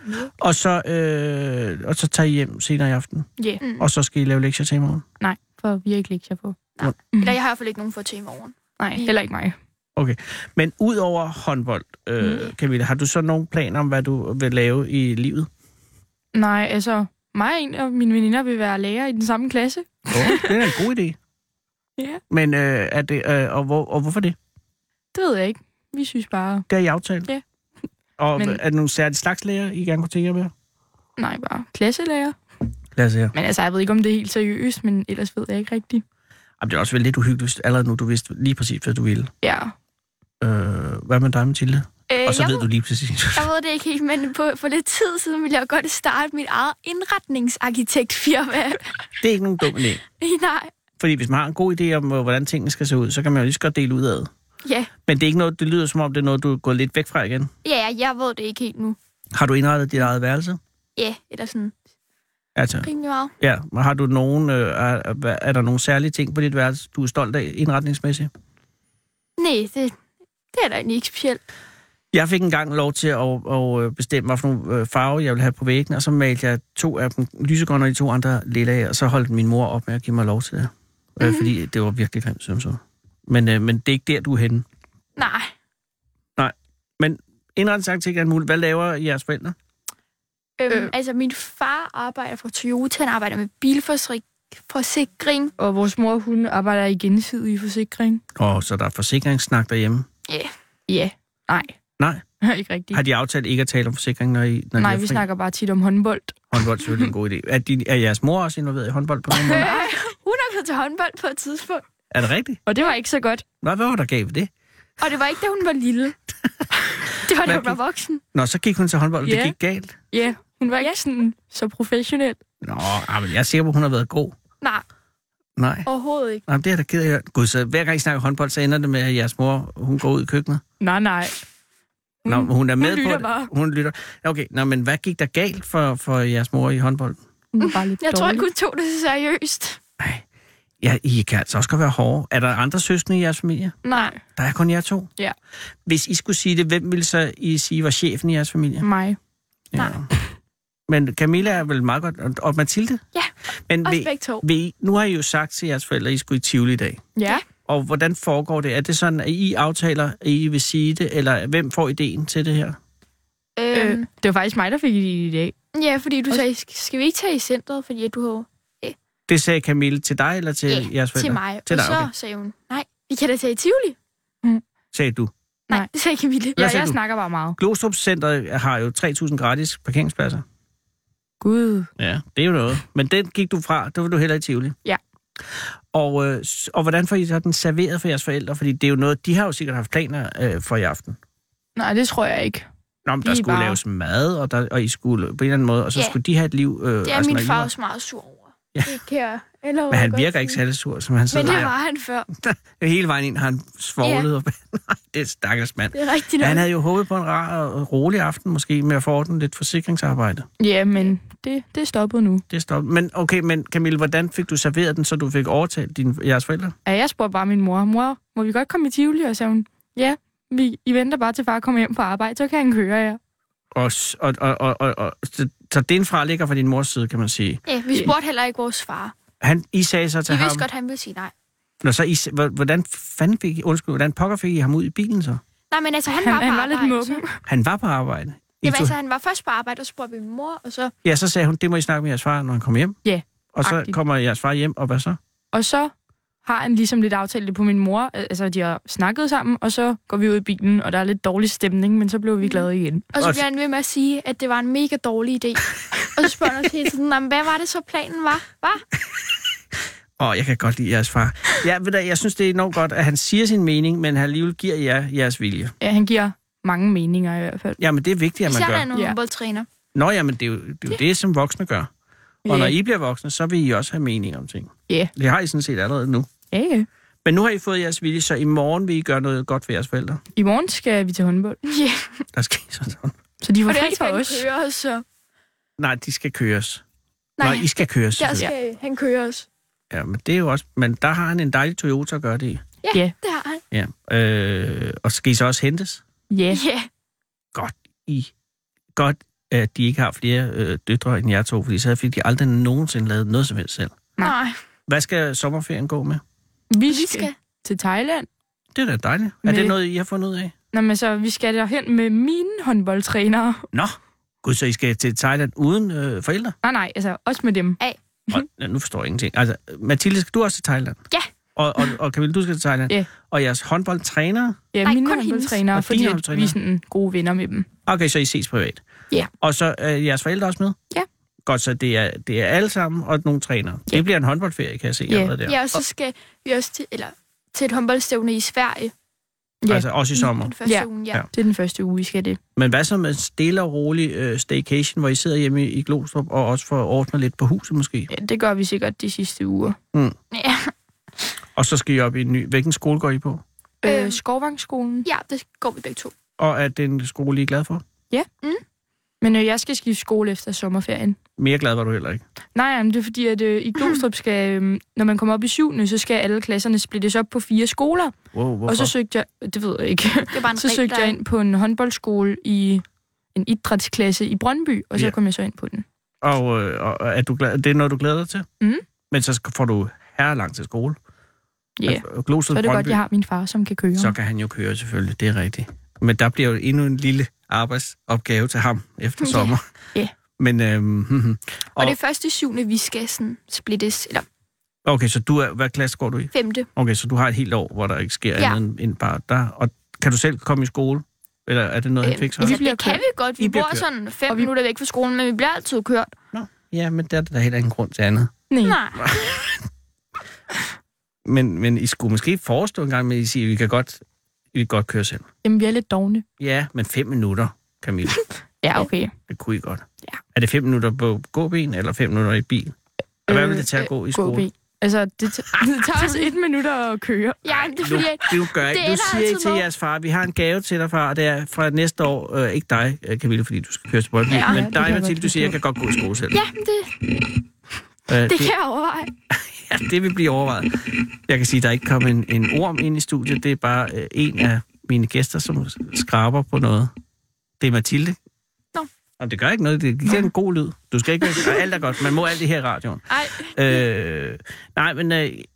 Og så tager I hjem senere i aften? Ja. Og så skal I lave lektier til i morgen? Nej, for vi har ikke lektier på. Nej. Eller jeg har i hvert fald ikke nogen for til i morgen. Nej, heller ikke mig. Okay. Men ud over håndbold, Camilla, har du så nogle planer om, hvad du vil lave i livet? Nej, altså, mig og en af mine veninder vil være lærer i den samme klasse. Det er en god idé. Ja. Men er det, og hvorfor det? Det ved jeg ikke. Vi synes bare... Det er I aftalt? Ja. Og er det nogle særlige slags lærer, I gerne kunne tænke jer med? Nej, bare klasselærer. Klasselærer. Men altså, jeg ved ikke, om det er helt seriøst, men ellers ved jeg ikke rigtigt. Jamen, det er også vel lidt uhyggeligt, hvis allerede nu du vidste lige præcis, hvad du ville. Ja. Hvad med dig, Mathilde? Og så ved du lige præcis. Jeg ved det ikke helt, men for lidt tid siden ville jeg godt starte mit eget indretningsarkitektfirma. Det er ikke nogen dum idé. Nej. Fordi hvis man har en god idé om, hvordan tingene skal se ud, så kan man jo lige så godt dele ud af det. Ja. Men det er ikke noget, det lyder som om, det er noget, du er gået lidt væk fra igen. Ja, jeg ved det ikke helt nu. Har du indrettet dit eget værelse? Ja, eller sådan altså, rimelig meget. Ja, men har du nogen, er der nogle særlige ting på dit værelse, du er stolt af indretningsmæssigt? Nej, det er der egentlig ikke specielt. Jeg fik engang lov til at bestemme, hvilke nogle farver jeg ville have på væggen, og så malte jeg 2 af dem lysegrønne, og de 2 andre lilla af, og så holdt min mor op med at give mig lov til det. Fordi det var virkelig grimt, synes jeg. Men det er ikke der, du er henne. Nej. Men indretningsarkitekt er muligt. Hvad laver jeres forældre? Altså, min far arbejder for Toyota. Han arbejder med bilfabrikker forsikring. Og vores mor, hun arbejder i gensidig forsikring. Så der er forsikringssnak derhjemme? Ja. Nej. Nej? Ikke rigtigt. Har de aftalt ikke at tale om forsikring, når I Nej, er vi fri? snakker bare tit om håndbold. Håndbold er selvfølgelig en god idé. Er jeres mor også involveret i håndbold på nogen måde? Hun har gået til håndbold på et tidspunkt. Er det rigtigt? Og det var ikke så godt. Hvad var der gav det? Og det var ikke, da hun var lille. Det var, da hun var voksen. Nå, så gik hun til håndbold, og Ja. det gik galt? Ja, hun var ikke sådan så professionel. Nå, men jeg er sikker på, at hun har været god. Nej. Overhovedet ikke. Nej, det er da ked af. Gud, så hver gang I snakker håndbold, så ender det med, at jeres mor, hun går ud i køkkenet? Nej. Hun er med lytter på det. bare. Hun lytter. Okay, men hvad gik der galt for jeres mor i håndbold? Hun var bare lidt Jeg tror dårlig. ikke, hun tog det seriøst. Ja, I kan altså også godt være hårde. Er der andre søskende i jeres familie? Nej. Der er kun jer to? Ja. Hvis I skulle sige det, hvem ville så I sige var chefen i jeres familie? Mig. Ja. Nej. Men Camilla er vel meget godt. Og Mathilde? Ja, Men også begge to. nu har I jo sagt til jeres forældre, at I skulle i Tivoli i dag. Ja. Og hvordan foregår det? Er det sådan, at I aftaler, at I vil sige det? Eller hvem får ideen til det her? Det var faktisk mig, der fik det i dag. Ja, fordi du sagde, skal vi ikke tage i centret, fordi du har... Det sagde Camille til dig, eller til jeres forældre? til mig. Til Og dig, så okay. sagde hun, nej, vi kan da tage i Tivoli. Sagde du. Nej, det sagde Camille. Hvad Ja, sagde jeg du? snakker bare meget. Glostrup Center har jo 3.000 gratis parkeringspladser. Gud. Ja, det er jo noget. Men den gik du fra, der var du heller i Tivoli. Ja. Og hvordan får I så den serveret for jeres forældre? Fordi det er jo noget, de har jo sikkert haft planer for i aften. Nej, det tror jeg ikke. Nå, men der De skulle bare- laves mad, og I skulle på en eller anden måde, og så Ja. skulle de have et liv... Det er resten min af far livet. også meget sur over. Ja. Det kan jeg allerede Men han godt virker ikke sige. særlig sur, som han sidder Men det der. var han før. Hele vejen ind har han svoglet. Og... Nej, det er stakkels mand. Det er rigtigt nok. Han havde jo håbet på en rar og rolig aften, måske, med at få ordnet lidt forsikringsarbejde. Ja, men det er stoppet nu. Det stopper. Men Camille, hvordan fik du serveret den, så du fik overtalt jeres forældre? Ja, jeg spurgte bare min mor, må vi godt komme i Tivoli? Og sagde hun, ja, I venter bare til far kommer hjem på arbejde, så kan han køre jer. Så det er en fralægger fra din mors side, kan man sige. Ja, vi spurgte heller ikke vores far. I sagde så til Vi ham... vidste godt, han ville sige nej. Nå, så hvordan pokker fik I ham ud i bilen så? Nej, men altså, han var på Han var arbejde. lidt muggen. Han var på arbejde. Jamen, altså, han var først på arbejde, og så spurgte vi min mor, og så... Ja, så sagde hun, det må I snakke med jeres far, når han kommer hjem. Ja, Og så agtigt. kommer jeres far hjem, og hvad så? Og så har han ligesom lidt aftalt det på min mor. Altså, de har snakket sammen, og så går vi ud i bilen, og der er lidt dårlig stemning, men så blev vi glade igen. Og så Og- bliver han ved med at sige, at det var en mega dårlig idé. Og så spørger han os hele tiden, hvad var det så planen var? Jeg kan godt lide jeres far. Ja, ved du, jeg synes, det er enormt godt, at han siger sin mening, men han alligevel giver jer jeres vilje. Ja, han giver mange meninger i hvert fald. Jamen, det er vigtigt, at man Især gør. er en Ja. håndboldtræner. Nå, jamen, det er jo det, som voksne gør. Og Ja. når I bliver voksne, så vil I også have mening om ting. Ja. Det har I sådan set allerede nu. Ja. Men nu har I fået jeres vilje, så i morgen vil I gøre noget godt for jeres forældre. I morgen skal vi til håndbold, Ja, Der skal I sådan. så de får og fri der skal for han os. køre os, så... Nej, de skal køres. Nej, Nå, I skal køres. der selvfølgelig. skal han køre os. Ja, men det er jo også... Men der har han en dejlig Toyota at gøre det i. Ja. Det har han. Ja. Og skal I så også hentes? Ja. Ja, Godt, at de ikke har flere døtre end jer to, fordi så fik de aldrig nogensinde lavet noget som helst selv. nej. Hvad skal sommerferien gå med? Vi Vi skal skal... til Thailand. Det er da dejligt. Er Med- det noget, I har fundet ud af? Nå, men så vi skal derhen med mine håndboldtrænere. Nå, gud, så I skal til Thailand uden forældre? Nej, altså også med dem. Nu forstår jeg ingenting. Altså, Mathilde, skal du også til Thailand? Ja. Og Camille, du skal til Thailand? Ja. Og jeres håndboldtrænere? Ja, Nej, mine kun håndboldtrænere, hendes. Og fordi dine at håndboldtrænere? vi er sådan gode venner med dem. Okay, så I ses privat? Ja. Og så er jeres forældre også med? Ja. Godt, så det er alle sammen og nogle trænere. Ja. Det bliver en håndboldferie, kan jeg se Ja. allerede der. Ja, og så skal vi også til et håndboldstævne i Sverige. Ja. Altså også i sommer. Den første Ja. uge, Ja. ja. Det er den første uge, vi skal det. Men hvad så med stille og rolig staycation, hvor I sidder hjemme i Glostrup og også får ordnet lidt på huset måske? Ja, det gør vi sikkert de sidste uger. Ja. Og så skal I op i en ny... Hvilken skole går I på? Skovvangsskolen. Ja, det går vi begge to. Og er det en skole, I er glad for? Men jeg skal skifte skole efter sommerferien. Mere glad var du heller ikke. Nej, men det er fordi, at i Glostrup skal, når man kommer op i 7. så skal alle klasserne splittes op på 4 skoler. Wow, hvorfor? Og så søgte jeg, det ved jeg ikke, Det er bare en så søgte jeg ind på en håndboldskole i en idrætsklasse i Brøndby, og så Ja. kom jeg så ind på den. Og er du glad? Det er noget, du glæder dig til? Mhm. Men så får du langt til skole. Ja, Altså, Glostrup, så er det Brøndby, godt, jeg har min far, som kan køre. så kan han jo køre selvfølgelig, det er rigtigt. Men der bliver jo endnu en lille arbejdsopgave til ham efter Ja. sommer. Ja. Men, Og det er først i 7. vi skal sådan splittes, eller Okay, så hvad klasse går du i? 5. Okay, så du har et helt år, hvor der ikke sker andet end bare der. Og kan du selv komme i skole? Eller er det noget, han fikser? Altså, det kan vi godt. Vi bor sådan 5 minutter væk fra skolen, men vi bliver altid kørt. Nå, ja, men der er der heller ingen grund til andet. Nej. Men I skulle måske forestå en gang med, at I siger, at I kan godt køre selv. Jamen, vi er lidt dogne. Ja, men 5 minutter, Camille. Ja, okay. Det kunne I godt. Ja. Er det 5 minutter på gåben, eller 5 minutter i bil? Og hvad vil det tage at gå i skole? Altså, det tager os 1 minut at køre. Ja, det er fordi, Du siger I til jeres far, vi har en gave til dig, far, og det er fra næste år, ikke dig, Camille, fordi du skal køre til boldbil, men dig, Mathilde, du siger, jeg kan godt gå i skole selv. Ja, det kan jeg overveje. Ja, det vil blive overvejet. Jeg kan sige, at der er ikke kommet en orm ind i studiet. Det er bare en af mine gæster, som skraber på noget. Det er Mathilde. Nå. Og det gør ikke noget. Det giver en god lyd. Du skal ikke gøre alt er godt. Man må alt det her i radioen. Nej, men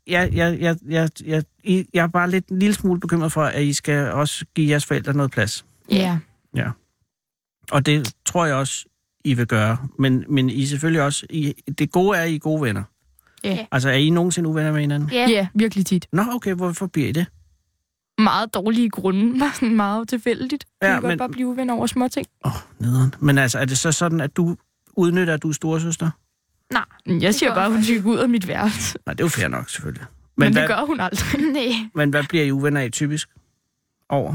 jeg er bare en lille smule bekymret for, at I skal også give jeres forældre noget plads. Ja. Ja. Og det tror jeg også, I vil gøre. Men I selvfølgelig også... det gode er, at I er gode venner. Ja. Altså, er I nogensinde uvenner med hinanden? Ja, virkelig tit. Nå, okay, hvorfor bliver I det? Meget dårlige grunde. Bare sådan meget tilfældigt. Vi kan godt bare blive uvenner over små ting. Nederen. Men altså, er det så sådan, at du udnytter, at du er storesøster? Nej, jeg siger bare, at hun skal gå ud af mit værelse. Nej, det er jo fair nok, selvfølgelig. Men det gør hun aldrig. Nej. Men hvad bliver I uvenner i typisk? Over?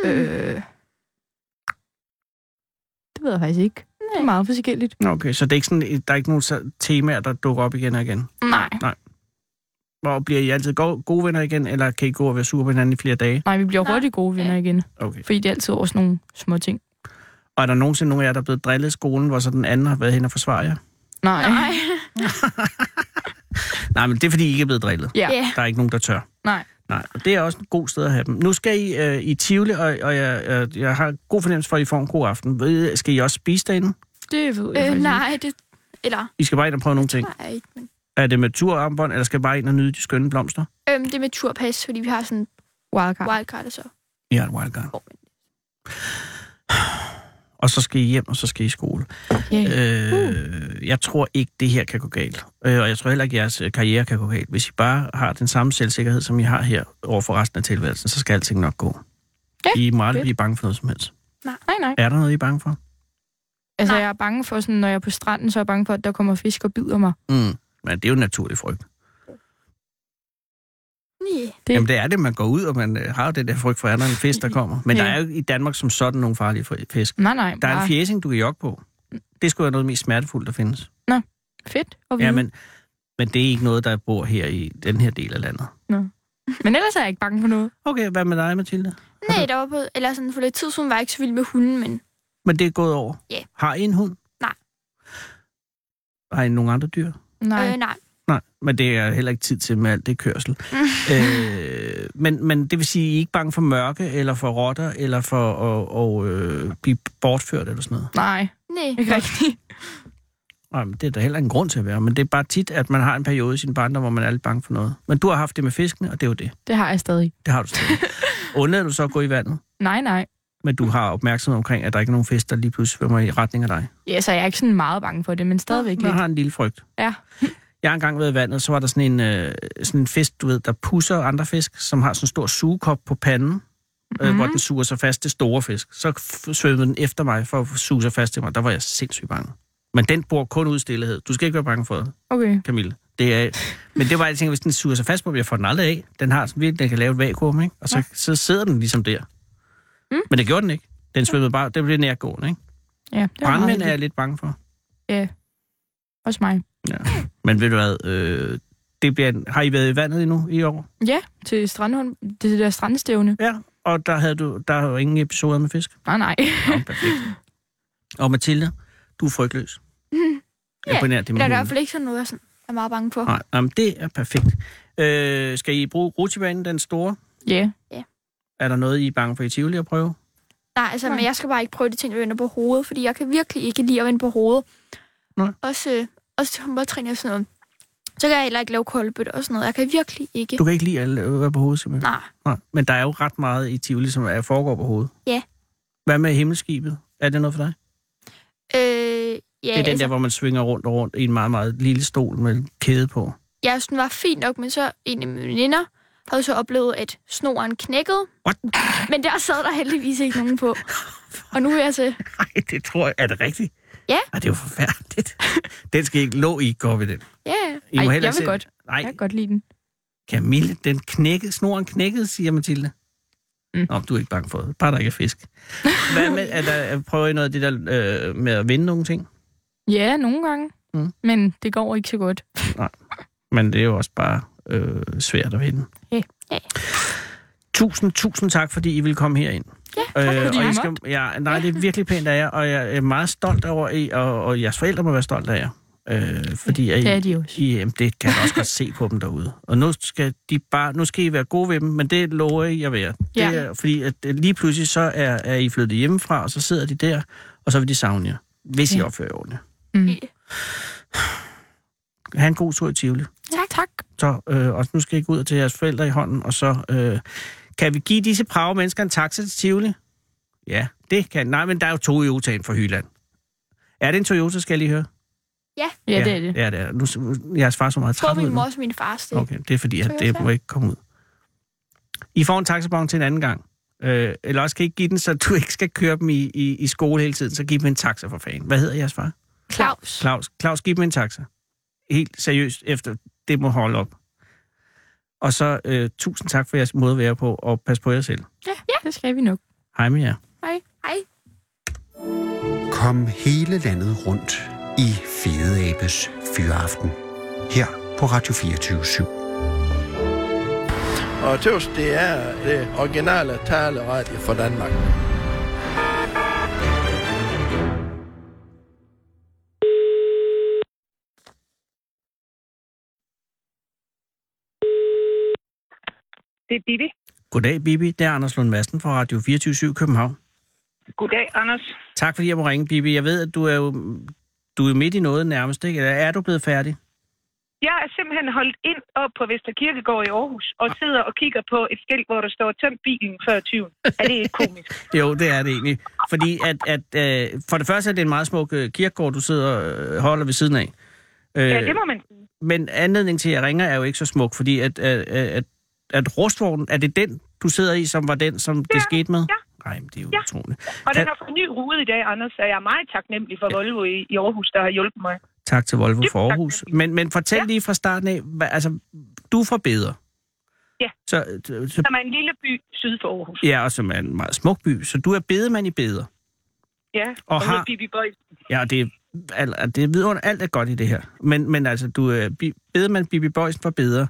Det ved jeg faktisk ikke. Det er meget forskelligt. Okay, så det er ikke sådan, der er ikke nogen temaer, der dukker op igen og igen? Nej. Hvor bliver I altid gode venner igen, eller kan I gå og være sure på hinanden i flere dage? Nej, vi bliver hurtigt gode venner igen. Okay. Fordi det er altid over sådan nogle små ting. Og er der nogensinde nogen af jer, der er blevet drillet i skolen, hvor så den anden har været hen og forsvare jer? Nej. Nej, men det er fordi, I ikke er blevet drillet. Ja. Der er ikke nogen, der tør. Nej, og det er også en god sted at have dem. Nu skal I i Tivoli, og jeg har god fornemmelse for, at I får en god aften. Skal I også spise derinde? det ved jeg faktisk Nej, det... Eller... I skal bare ind og prøve nogle ting. Nej, men... Er det med turarmbånd, eller skal I bare ind og nyde de skønne blomster? det er med turpas, fordi vi har sådan wildcard og så. I har et wildcard. Og så skal I hjem, og så skal I i skole. Jeg tror ikke, det her kan gå galt. Og jeg tror heller ikke, jeres karriere kan gå galt. Hvis I bare har den samme selvsikkerhed, som I har her over for resten af tilværelsen, så skal alting nok gå. Ja, I må aldrig blive bange for noget som helst. Nej. Er der noget, I er bange for? Altså, jeg er bange for, sådan, når jeg er på stranden, så er jeg bange for, at der kommer fisk og bider mig. Men det er jo en naturlig frygt. Nej. Jamen, det er det, man går ud, og man har jo den der frygt for, at der er en fisk, der kommer. Men der er jo i Danmark som sådan nogle farlige fisk. Nej. Der er en fjæsing, du kan jogge på. Det skulle være noget mest smertefuldt, der findes. Nå, fedt. Ja, men det er ikke noget, der bor her i den her del af landet. Nå. Men ellers er jeg ikke bange for noget. Okay, hvad med dig, Mathilde? Nej, der var på... Eller sådan, for lidt tid siden var jeg ikke så vild med hunden, men... Men det er gået over? Ja. Har I en hund? Nej. Har I nogle andre dyr? Nej. Nej, men det er heller ikke tid til med alt det kørsel. Men det vil sige, I er ikke bange for mørke, eller for rotter, eller for at blive bortført, eller sådan noget? Nej, ikke rigtigt. Nej, men det er der heller ingen grund til at være. Men det er bare tit, at man har en periode i sin barndom, hvor man er lidt bange for noget. Men du har haft det med fiskene, og det er jo det. Det har jeg stadig. Det har du stadig. Undlader du så at gå i vandet? Nej. Men du har opmærksomhed omkring, at der ikke er nogen fisk, der lige pludselig svømmer i retning af dig? Ja, så jeg er ikke sådan meget bange for det, men stadigvæk lidt. Jeg har en lille frygt. Ja. Jeg har engang været i vandet, så var der sådan en fisk, du ved, der pusser andre fisk, som har sådan en stor sugekop på panden, hvor den suger sig fast til store fisk. Så svømmede den efter mig for at suge sig fast til mig. Der var jeg sindssygt bange. Men den bor kun ud i stillhed. Du skal ikke være bange for det, okay. Camille. Men det var, jeg tænker, hvis den suger sig fast på mig, jeg får den aldrig af. Den har sådan virkelig, den kan lave et vakuum, ikke? Og så sidder den ligesom der. Men det gjorde den ikke. Den svømmede bare, det blev nærgående, ikke? Ja, brandmænd er jeg lidt bange for. Ja, også mig. Ja. Men ved du hvad, har I været i vandet endnu i år? Ja, til Strandholm, det der strandstævne. Ja, og der er jo ingen episoder med fisk? Nej. Nå, perfekt. Og Mathilde, du er frygtløs. Ja, der er i hvert fald ikke sådan noget, jeg er meget bange for. Nej, men det er perfekt. Skal I bruge rutsjebanen, den store? Ja. Er der noget, I er bange for i Tivoli at prøve? Nej, altså, men jeg skal bare ikke prøve de ting, der vender på hovedet, fordi jeg kan virkelig ikke lide at vende på hovedet. Nej. Også til håndboldtræning og sådan noget. Så kan jeg heller ikke lave koldbøtte og sådan noget. Jeg kan virkelig ikke. Du kan ikke lide at være på hovedet, simpelthen? Nej. Men der er jo ret meget i Tivoli, som foregår på hovedet. Ja. Hvad med himmelskibet? Er det noget for dig? Ja, det er den der, hvor man svinger rundt og rundt i en meget, meget lille stol med kæde på. jeg synes, den var fint nok, men så en af mine veninder havde så oplevet, at snoren knækkede. What? Men der sad der heldigvis ikke nogen på. Og nu vil jeg se. Nej, det tror jeg. Er det rigtigt? Ja. Det er jo forfærdeligt. Den skal ikke lå i, går ved den. Ja. Jeg vil godt. Nej. Jeg kan godt lide den. Camille, snoren knækkede, siger Mathilde. Nå, du er ikke bange for det. Bare der ikke er fisk. Hvad med, prøver I noget af det der med at vinde nogle ting? Ja, nogle gange. Men det går ikke så godt. Nej, men det er jo også bare svært at vinde. Ja. Tusind tak, fordi I ville komme herind. Ja, tak fordi I måtte. Det er virkelig pænt af jer, og jeg er meget stolt over jer, og jeres forældre må være stolt af jer. Fordi det er de også. Det kan jeg også godt se på dem derude. Og nu skal I være gode ved dem, men det lover I at være. Ja. Det er, fordi at lige pludselig så er I flyttet hjemmefra, og så sidder de der, og så vil de savne jer, hvis I opfører jer ordentligt. Ha' en god tur i Tivoli. Tak. Så, og nu skal I gå ud og tage jeres forældre i hånden, og så kan vi give disse brave mennesker en taxa til Tivoli? Ja, det kan. Nej, men der er jo Toyotaen fra Hyland. Er det en Toyota, skal jeg lige høre? Ja, det er det. Ja, det er. Nu, jeres far så meget træt ud. Min mor og min far sted. Okay, det er fordi, at det må ikke komme ud. I får en taxabon til en anden gang. Eller også kan I give den, så du ikke skal køre dem i skole hele tiden, så giv dem en taxa for fanden. Hvad hedder jeres far? Claus, giv dem en taxa. Helt seriøst, efter det må holde op. Og så tusind tak for jeres måde at være på, og pas på jer selv. Ja, det skal vi nok. Hej med jer. Hej. Kom hele landet rundt i Fede Abes Fyraften. Her på Radio 24/7. Og tøvs, det er det originale taleradio for Danmark. Det er Bibi. Goddag, Bibi. Det er Anders Lund Madsen fra Radio 24/7 København. Goddag, Anders. Tak fordi jeg må ringe, Bibi. Jeg ved, at du er midt i noget nærmest, ikke? Eller er du blevet færdig? Jeg er simpelthen holdt ind op på Vester Kirkegård i Aarhus og sidder og kigger på et skilt, hvor der står tøm bilen før 20. Er det ikke komisk? Jo, det er det egentlig. Fordi for det første er det en meget smuk kirkegård, du sidder og holder ved siden af. Ja, det må man sige. Men anledningen til, at jeg ringer, er jo ikke så smuk, fordi at rustvognen, er det den, du sidder i, som var den, som det skete med? Ja. Nej, det er jo utroligt. Og den har fået ny rude i dag, Anders, og jeg er meget taknemmelig for Volvo i Aarhus, der har hjulpet mig. Tak til Volvo for Aarhus. Men fortæl lige fra starten af, du er fra Beder. Ja, som er en lille by syd for Aarhus. Ja, og som er en meget smuk by. Så du er bedemand i Beder. Ja, og har Bibi Boysen. Ja, det er vidunder, alt er godt i det her. Men altså, du er bedemand Bibi Boysen for Beder.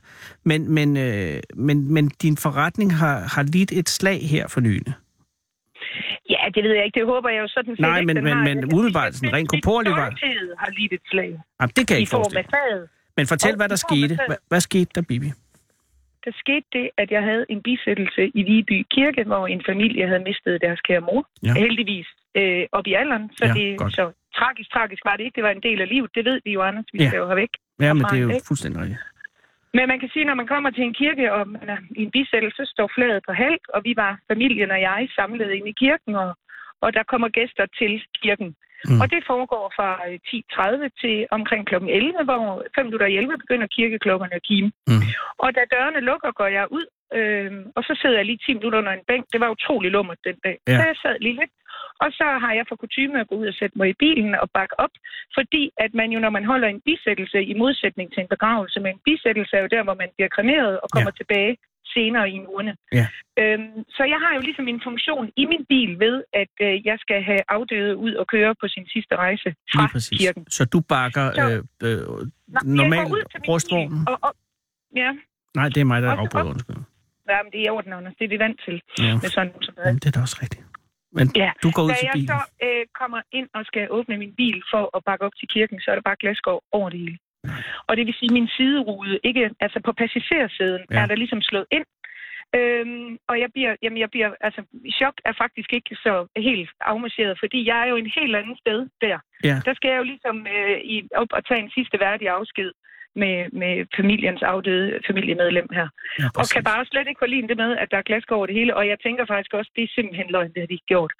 Men din forretning har lidt et slag her for nylig. Ja, det ved jeg ikke. Det håber jeg jo sådan set. Nej, men umiddelbart sådan rent korporligt var. Har lidt et slag. Jamen, det kan jeg ikke forestille. Men fortæl, hvad der skete. Hvad skete der, Bibi? Der skete det, at jeg havde en bisættelse i Viby Kirke, hvor en familie havde mistet deres kære mor. Ja. Heldigvis op i alderen. Så så tragisk var det ikke. Det var en del af livet. Det ved vi jo, Anders. Vi skal jo have væk. Ja, men det er jo fuldstændig rigtigt. Men man kan sige, når man kommer til en kirke, og man er i en bisættelse, så står flaget på halv, og vi var familien og jeg samlet ind i kirken, og der kommer gæster til kirken. Og det foregår fra 10:30 til omkring kl. 11, hvor 5 minutter i 11 begynder kirkeklokkerne at kime. Og da dørene lukker, går jeg ud, og så sidder jeg lige 10 minutter under en bænk. Det var utrolig lummert den dag. Ja. Så jeg sad lige lidt. Og så har jeg for kutyme at gå ud og sætte mig i bilen og bakke op, fordi at man jo, når man holder en bisættelse i modsætning til en begravelse, men en bisættelse er jo der, hvor man bliver kremeret og kommer tilbage senere i en urne. Ja. Så jeg har jo ligesom en funktion i min bil ved, at jeg skal have afdøde ud og køre på sin sidste rejse fra kirken. Så du bakker normalt rustvognen? Ja. Nej, det er mig, der afbryder, undskyld. Ja, men det er i orden, Anders. Det er vi vant til. Ja. Med sådan som det. Det er da også rigtigt. Men du går ud til bilen. Da jeg så kommer ind og skal åbne min bil for at bakke op til kirken, så er der bare glasskår over det hele. Og det vil sige, at min siderude, ikke, altså på passagersiden, er der ligesom slået ind. Og jeg bliver, altså chok er faktisk ikke så helt afmarcheret, fordi jeg er jo en helt andet sted der. Ja. Der skal jeg jo ligesom op og tage en sidste værdig afsked med familiens afdøde familiemedlem her. Ja, og kan bare slet ikke forligne det med, at der er glasskår over det hele. Og jeg tænker faktisk også, det er simpelthen løgn, det har de ikke gjort.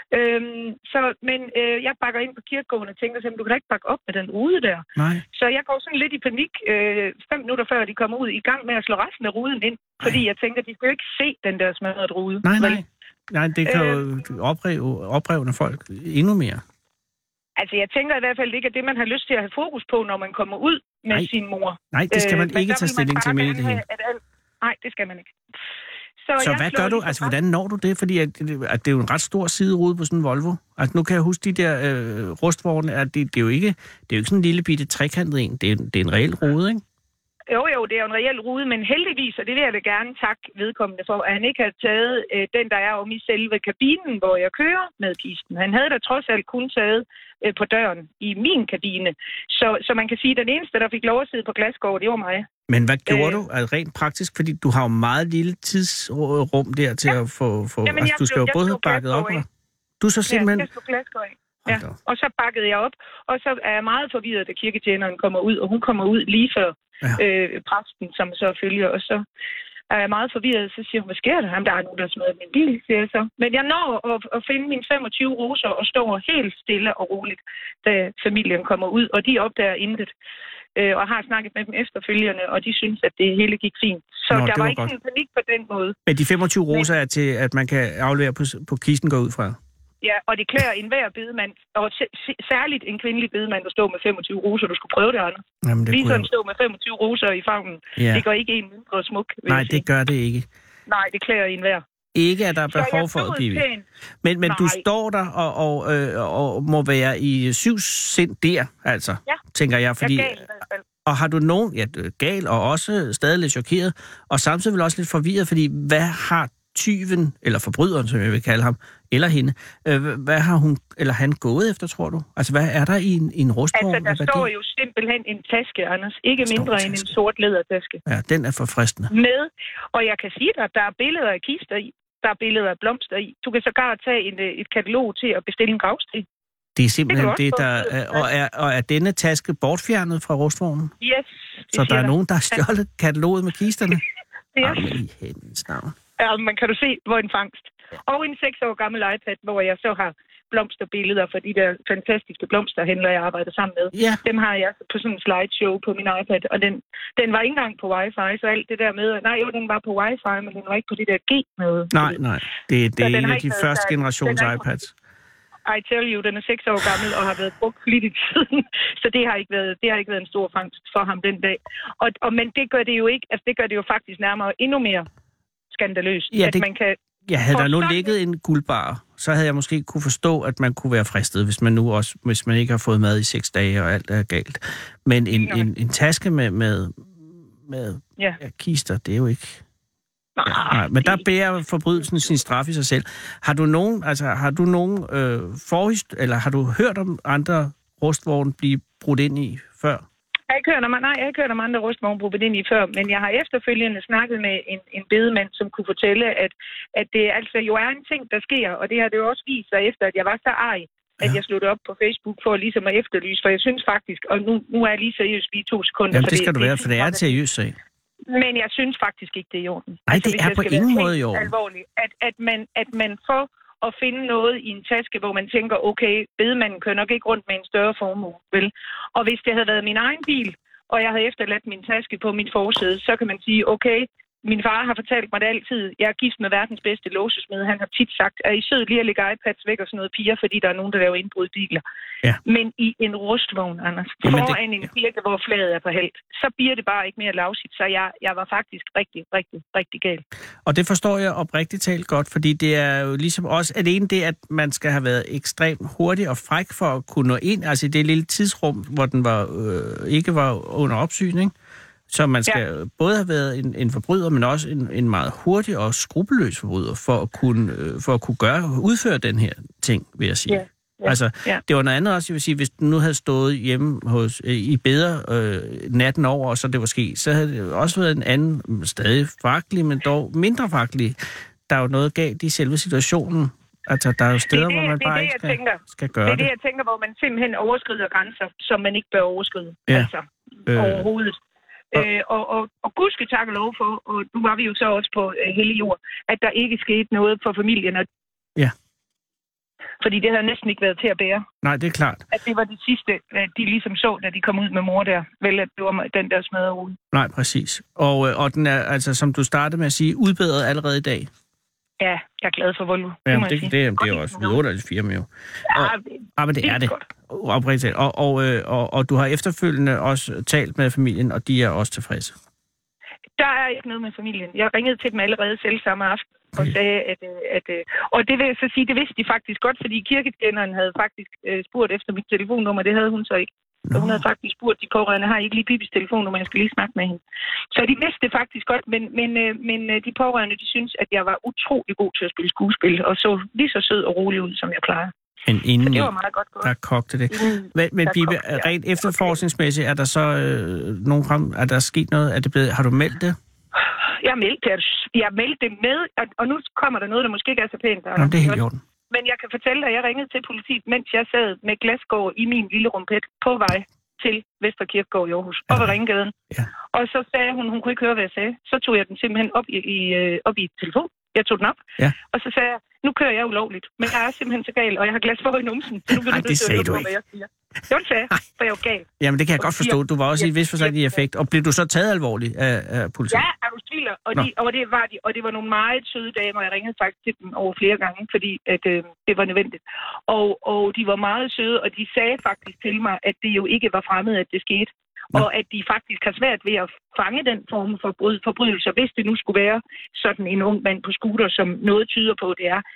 Jeg bakker ind på kirkegården og tænker simpelthen, du kan da ikke bakke op med den rude der. Nej. Så jeg går sådan lidt i panik 5 minutter før de kommer ud, i gang med at slå resten af ruden ind. Fordi jeg tænker, de skal jo ikke se den der smadrede rude. Nej, det kan jo oprevne folk endnu mere. Altså, jeg tænker i hvert fald ikke, at det, man har lyst til at have fokus på, når man kommer ud med sin mor. Nej, det skal man ikke tage stilling til med det hele. Nej, det skal man ikke. Så hvad gør du? Altså, hvordan når du det? Fordi at det er jo en ret stor siderude på sådan en Volvo. Altså, nu kan jeg huske de der rustvogne, at det er jo ikke sådan en lille bitte trekantet en. Det er en reel rude, ikke? Jo, det er jo en reel rude, men heldigvis, og det vil jeg da gerne takke vedkommende for, at han ikke har taget den, der er om i selve kabinen, hvor jeg kører med kisten. Han havde da trods alt kun taget på døren i min kabine. Så man kan sige, at den eneste, der fik lov at sidde på glasskår, det var mig. Men hvad gjorde du? Altså, rent praktisk, fordi du har jo meget lille tidsrum der til at få... Jamen, altså, du skal jo både have bakket op, eller? Du så simpelthen... jeg slog glasskår ind. Ja, og så bakkede jeg op, og så er jeg meget forvirret, da kirketjeneren kommer ud, og hun kommer ud lige før præsten, som så følger, og så er jeg meget forvirret, så siger hun, hvad sker der? Jamen, der er nogen, der smadrer min bil, siger jeg så. Men jeg når at finde mine 25 roser og står helt stille og roligt, da familien kommer ud, og de opdager intet. Og har snakket med dem efterfølgende, og de synes, at det hele gik fint. Så der var ikke sådan panik på den måde. Men de 25 roser er til, at man kan aflevere på kisten går ud fra? Ja, og det klæder enhver bedemand, og særligt en kvindelig bedemand, der står med 25 roser. Du skulle prøve det, Anders. Lige sådan stå med 25 roser i favnen. Ja. Det gør ikke en mindre smuk. Nej, det gør det ikke. Nej, det klæder enhver. Ikke, at der er behov for at blive. Men du står der og må være i syvsind der, altså, tænker jeg. Fordi, jeg er gal i hvert fald. Og har du nogen, gal og også stadig lidt chokeret, og samtidig vel også lidt forvirret, fordi hvad har tyven, eller forbryderen, som jeg vil kalde ham, eller hende, hvad har hun eller han gået efter, tror du? Altså, hvad er der i en rustvogn? Altså, der står jo simpelthen en taske, Anders. Ikke mindre end en sort lædertaske. Ja, den er forfriskende. Med, og jeg kan sige dig, at der er billeder af kister i, der er billeder af blomster i. Du kan sågar tage et katalog til at bestille en gravsten. Det er simpelthen det, der og er denne taske bortfjernet fra rustvognen? Yes. Så der er nogen, der har stjålet kataloget med kisterne? Yes. Jamen, i hendes navn. Ja, man kan du se, hvor en fangst. Og en 6 år gammel iPad, hvor jeg så har blomsterbilleder for de der fantastiske blomsterhandlere, jeg arbejder sammen med. Ja. Dem har jeg på sådan en slideshow på min iPad, og den var ikke engang på wifi, så alt det der med, den var på wifi, men den var ikke på det der G-noget. Nej, det er en af de første generations iPads. I tell you, den er 6 år gammel og har været brugt flittigt siden, så det har ikke været en stor fangst for ham den dag. Men det gør det jo ikke, altså det gør det jo faktisk nærmere endnu mere skandaløst, at man kan... Ja, havde der nu ligget en guldbar, så havde jeg måske kunne forstå, at man kunne være fristet, hvis man ikke har fået mad i 6 dage, og alt er galt. Men en taske med kister, det er jo ikke... Nej, men der bærer forbrydelsen sin straf i sig selv. Har du nogen eller har du hørt om andre rustvogne blive brudt ind i før? Jeg har ikke hørt om andre rustvogne brudt ind i før, men jeg har efterfølgende snakket med en bedemand, som kunne fortælle, at det altså jo er en ting, der sker, og det har det jo også vist sig efter, at jeg var så arg, at jeg slog det op på Facebook for ligesom at efterlyse, for jeg synes faktisk, og nu er jeg lige seriøs lige 2 sekunder. Jamen, det skal du være, for det er en seriøs sag. Men jeg synes faktisk ikke, det er i orden. Nej, det er på ingen måde i orden. Alvorligt. At man får at finde noget i en taske, hvor man tænker, okay, bedemanden kører nok ikke rundt med en større formue, vel? Og hvis det havde været min egen bil, og jeg havde efterladt min taske på mit forsæde, så kan man sige, okay, min far har fortalt mig det altid. Jeg er gift med verdens bedste låsesmed. Han har tit sagt, at I sød lige at lægge iPads væk og sådan noget piger, fordi der er nogen, der laver indbrud i biler. Ja. Men i en rustvogn, Anders, foran en kirke, hvor flaget er på held, så bliver det bare ikke mere lavsigt. Så jeg var faktisk rigtig, rigtig, rigtig gal. Og det forstår jeg oprigtigt talt godt, fordi det er jo ligesom også alene det, at man skal have været ekstremt hurtig og fræk for at kunne nå ind, altså i det lille tidsrum, hvor den ikke var under opsyn, ikke? Så man skal både have været en forbryder, men også en meget hurtig og skrupelløs forbryder for at kunne udføre den her ting, vil jeg sige. Det var noget andet også, jeg vil sige, hvis du nu havde stået hjemme i bedre natten over, og så det var sket, så havde det også været en anden, stadig fragtelig, men dog mindre fragtelig. Der er jo noget galt i selve situationen. Altså, der er jo steder, hvor man bare ikke skal gøre det. Det er det, jeg tænker, hvor man simpelthen overskrider grænser, som man ikke bør overskride. Ja. Altså, overhovedet. Og Gud skal takke lov for, og nu var vi jo så også på hellig jord, at der ikke skete noget for familien. Ja. Fordi det havde næsten ikke været til at bære. Nej, det er klart. At det var det sidste, de ligesom så, da de kom ud med mor der. Vel, at det var den der smadrede. Nej, præcis. Og den er, altså, som du startede med at sige, udbedret allerede i dag. Ja, jeg er glad for Volvo. Jamen, det er også vidunderligt firma jo. Men det er det. Oprigtigt. Og du har efterfølgende også talt med familien, og de er også tilfredse. Der er ikke noget med familien. Jeg ringede til dem allerede selv samme aften og sagde, at og det vil jeg så sige, det vidste de faktisk godt, fordi kirketjeneren havde faktisk spurgt efter mit telefonnummer. Det havde hun så ikke. Så hun havde faktisk spurgt de pårørende, har I ikke lige Bibis telefonnummer, jeg skal lige snakke med hende. Så de vidste det faktisk godt, men de pårørende, de synes, at jeg var utrolig god til at spille skuespil, og så lige så sød og rolig ud, som jeg plejer. Men inden så det var meget godt gået. Der kogte det. Men Bibi, rent efterforskningsmæssigt, er der så er der sket noget? Har du meldt det? Jeg meldte det med, og nu kommer der noget, der måske ikke er så pænt. Nå, det er helt i orden. Men jeg kan fortælle, at jeg ringede til politiet, mens jeg sad med glasgård i min lille rumpet på vej til Vesterkirkegård i Aarhus, op ad Ringgaden. Ja. Og så sagde hun kunne ikke høre, hvad jeg sagde. Så tog jeg den simpelthen op i telefon. Jeg tog den op, og så sagde jeg, nu kører jeg ulovligt, men jeg er simpelthen så gal, og jeg har glas for i numsen. Nej, det sagde du ikke. Jo, det sagde jeg, for jeg er jo gal. Jamen, det kan jeg godt forstå. Du var også i et vis forstand i effekt. Og blev du så taget alvorligt af politiet? Ja, er du tvivler. Og det var nogle meget søde damer. Jeg ringede faktisk til dem over flere gange, fordi at, det var nødvendigt. Og de var meget søde, og de sagde faktisk til mig, at det jo ikke var fremmed, at det skete. Og at de faktisk har svært ved at fange den form for forbrydelser, hvis det nu skulle være sådan en ung mand på scooter, som noget tyder på, det er.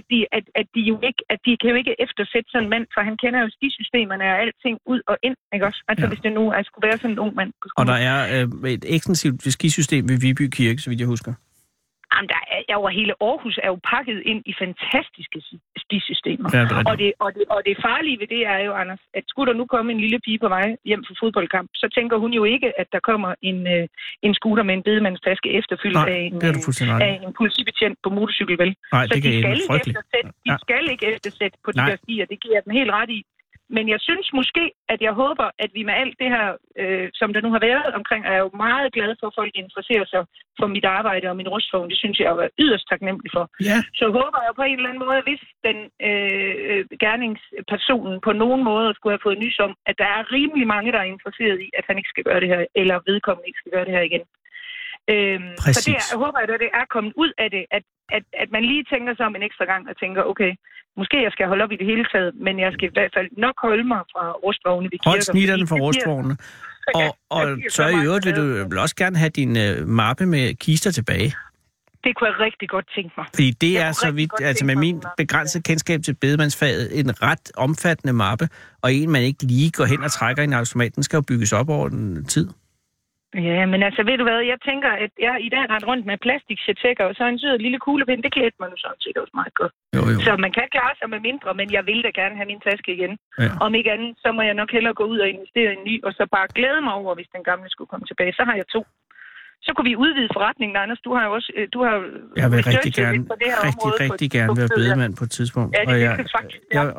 At de kan jo ikke eftersætte sådan en mand, for han kender jo stisystemerne og alting ud og ind, ikke også? Altså hvis det nu skulle være sådan en ung mand på scooter. Og der er et ekstensivt skisystem ved Viby Kirke, så vidt jeg husker. Jamen, over hele Aarhus er jo pakket ind i fantastiske stisystemer. Og det farlige ved det er jo, Anders, at skulle der nu komme en lille pige på vej hjem fra fodboldkamp, så tænker hun jo ikke, at der kommer en scooter med en bedemandstaske efterfyldt af en politibetjent på motorcykel, vel? Nej, så de skal ikke eftersætte på de der stier. Det giver jeg dem helt ret i. Men jeg synes måske, at jeg håber, at vi med alt det her, som der nu har været omkring, er jo meget glad for, at folk interesserer sig for mit arbejde og min rustvogn. Det synes jeg er yderst taknemmelig for. Yeah. Så håber jeg på en eller anden måde, hvis den gerningspersonen på nogen måde skulle have fået nys om, at der er rimelig mange, der er interesseret i, at han ikke skal gøre det her, eller vedkommende ikke skal gøre det her igen. Så jeg håber, at det er kommet ud af det, at man lige tænker sig om en ekstra gang og tænker, okay, måske jeg skal holde op i det hele taget, men jeg skal i hvert fald nok holde mig fra rustvogne ved kirker. Hold snitterne fra rustvognene. Og så i øvrigt vil du også gerne have din mappe med kister tilbage. Det kunne jeg rigtig godt tænke mig. Fordi det er så vidt, altså med min begrænsede kendskab til bedemandsfaget, en ret omfattende mappe, og en man ikke lige går hen og trækker i en automat, den skal jo bygges op over en tid. Ja, men altså, ved du hvad, jeg tænker, at jeg i dag rent rundt med plastikshetsækker, og så en sød lille kuglepind, det klædte mig nu sådan set også meget godt. Jo. Så man kan klare sig med mindre, men jeg vil da gerne have min taske igen. Ja. Om ikke andet, så må jeg nok hellere gå ud og investere i en ny, og så bare glæde mig over, hvis den gamle skulle komme tilbage. Så har jeg 2. Så kunne vi udvide forretningen, Anders. Du har jo også... Jeg vil rigtig gerne være bedemand på et tidspunkt. Ja, det er faktisk.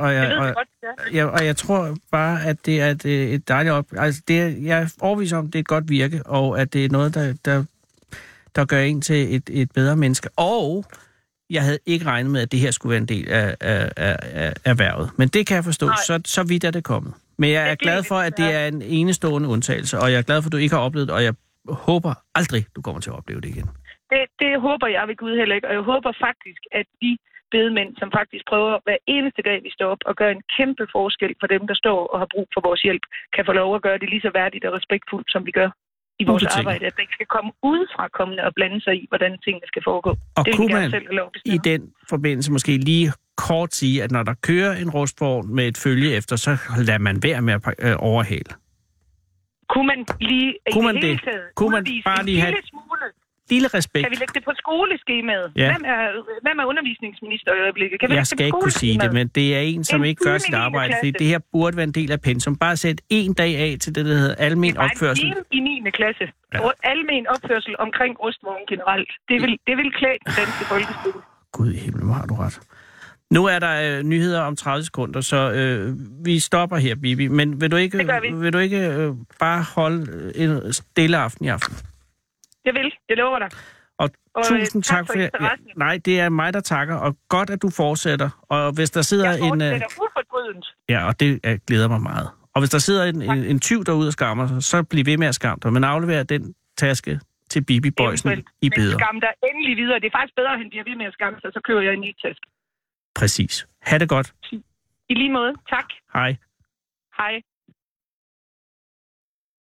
Og jeg tror bare, at det er et dejligt altså, jeg er overbevist om, at det er et godt virke, og at det er noget, der gør en til et bedre menneske. Og jeg havde ikke regnet med, at det her skulle være en del af erhvervet. Men det kan jeg forstå. Så vidt er det kommet. Men jeg er glad for, at det er en enestående undtagelse, og jeg er glad for, at du ikke har oplevet det, og jeg håber aldrig, du kommer til at opleve det igen. Det håber jeg ved Gud heller ikke, og jeg håber faktisk, at de bedemænd, som faktisk prøver hver eneste dag, vi står op og gør en kæmpe forskel for dem, der står og har brug for vores hjælp, kan få lov at gøre det lige så værdigt og respektfuldt, som vi gør i vores arbejde. At det ikke skal komme udefra kommende og blande sig i, hvordan tingene skal foregå. Og det kunne man i den forbindelse måske lige kort sige, at når der kører en rustvogn med et følge efter, så lader man være med at overhale. Kunne man lige kunne man bare lige have lille respekt. Kan vi lægge det på skoleskemaet? Ja. Hvem er undervisningsminister i øjeblikket? Jeg skal ikke kunne sige det, men det er en, som ikke gør sit arbejde, fordi det her burde være en del af pensum. Bare sæt en dag af til det, der hedder almen opførsel. I 9. klasse. Ja. Almen opførsel omkring rustvognen generelt. Det vil klæde den danske folkeskole. Gud i himlen, hvor har du ret. Nu er der nyheder om 30 sekunder, så vi stopper her, Bibi. Men vil du ikke bare holde en stille aften i aften? Jeg vil. Jeg lover dig. Og tusind tak for det. Nej, det er mig, der takker, og godt, at du fortsætter. Og hvis der sidder jeg fortsætter ufortrydent. Ja, og det glæder mig meget. Og hvis der sidder en tyv derude og skammer sig, så bliv ved med at skamme dig. Men aflever den taske til Bibi Boysen i bedre. Men skam dig endelig videre. Det er faktisk bedre, at han bliver ved med at skamme sig, så køber jeg en ny taske. Præcis. Ha' det godt. I lige måde. Tak. Hej. Hej.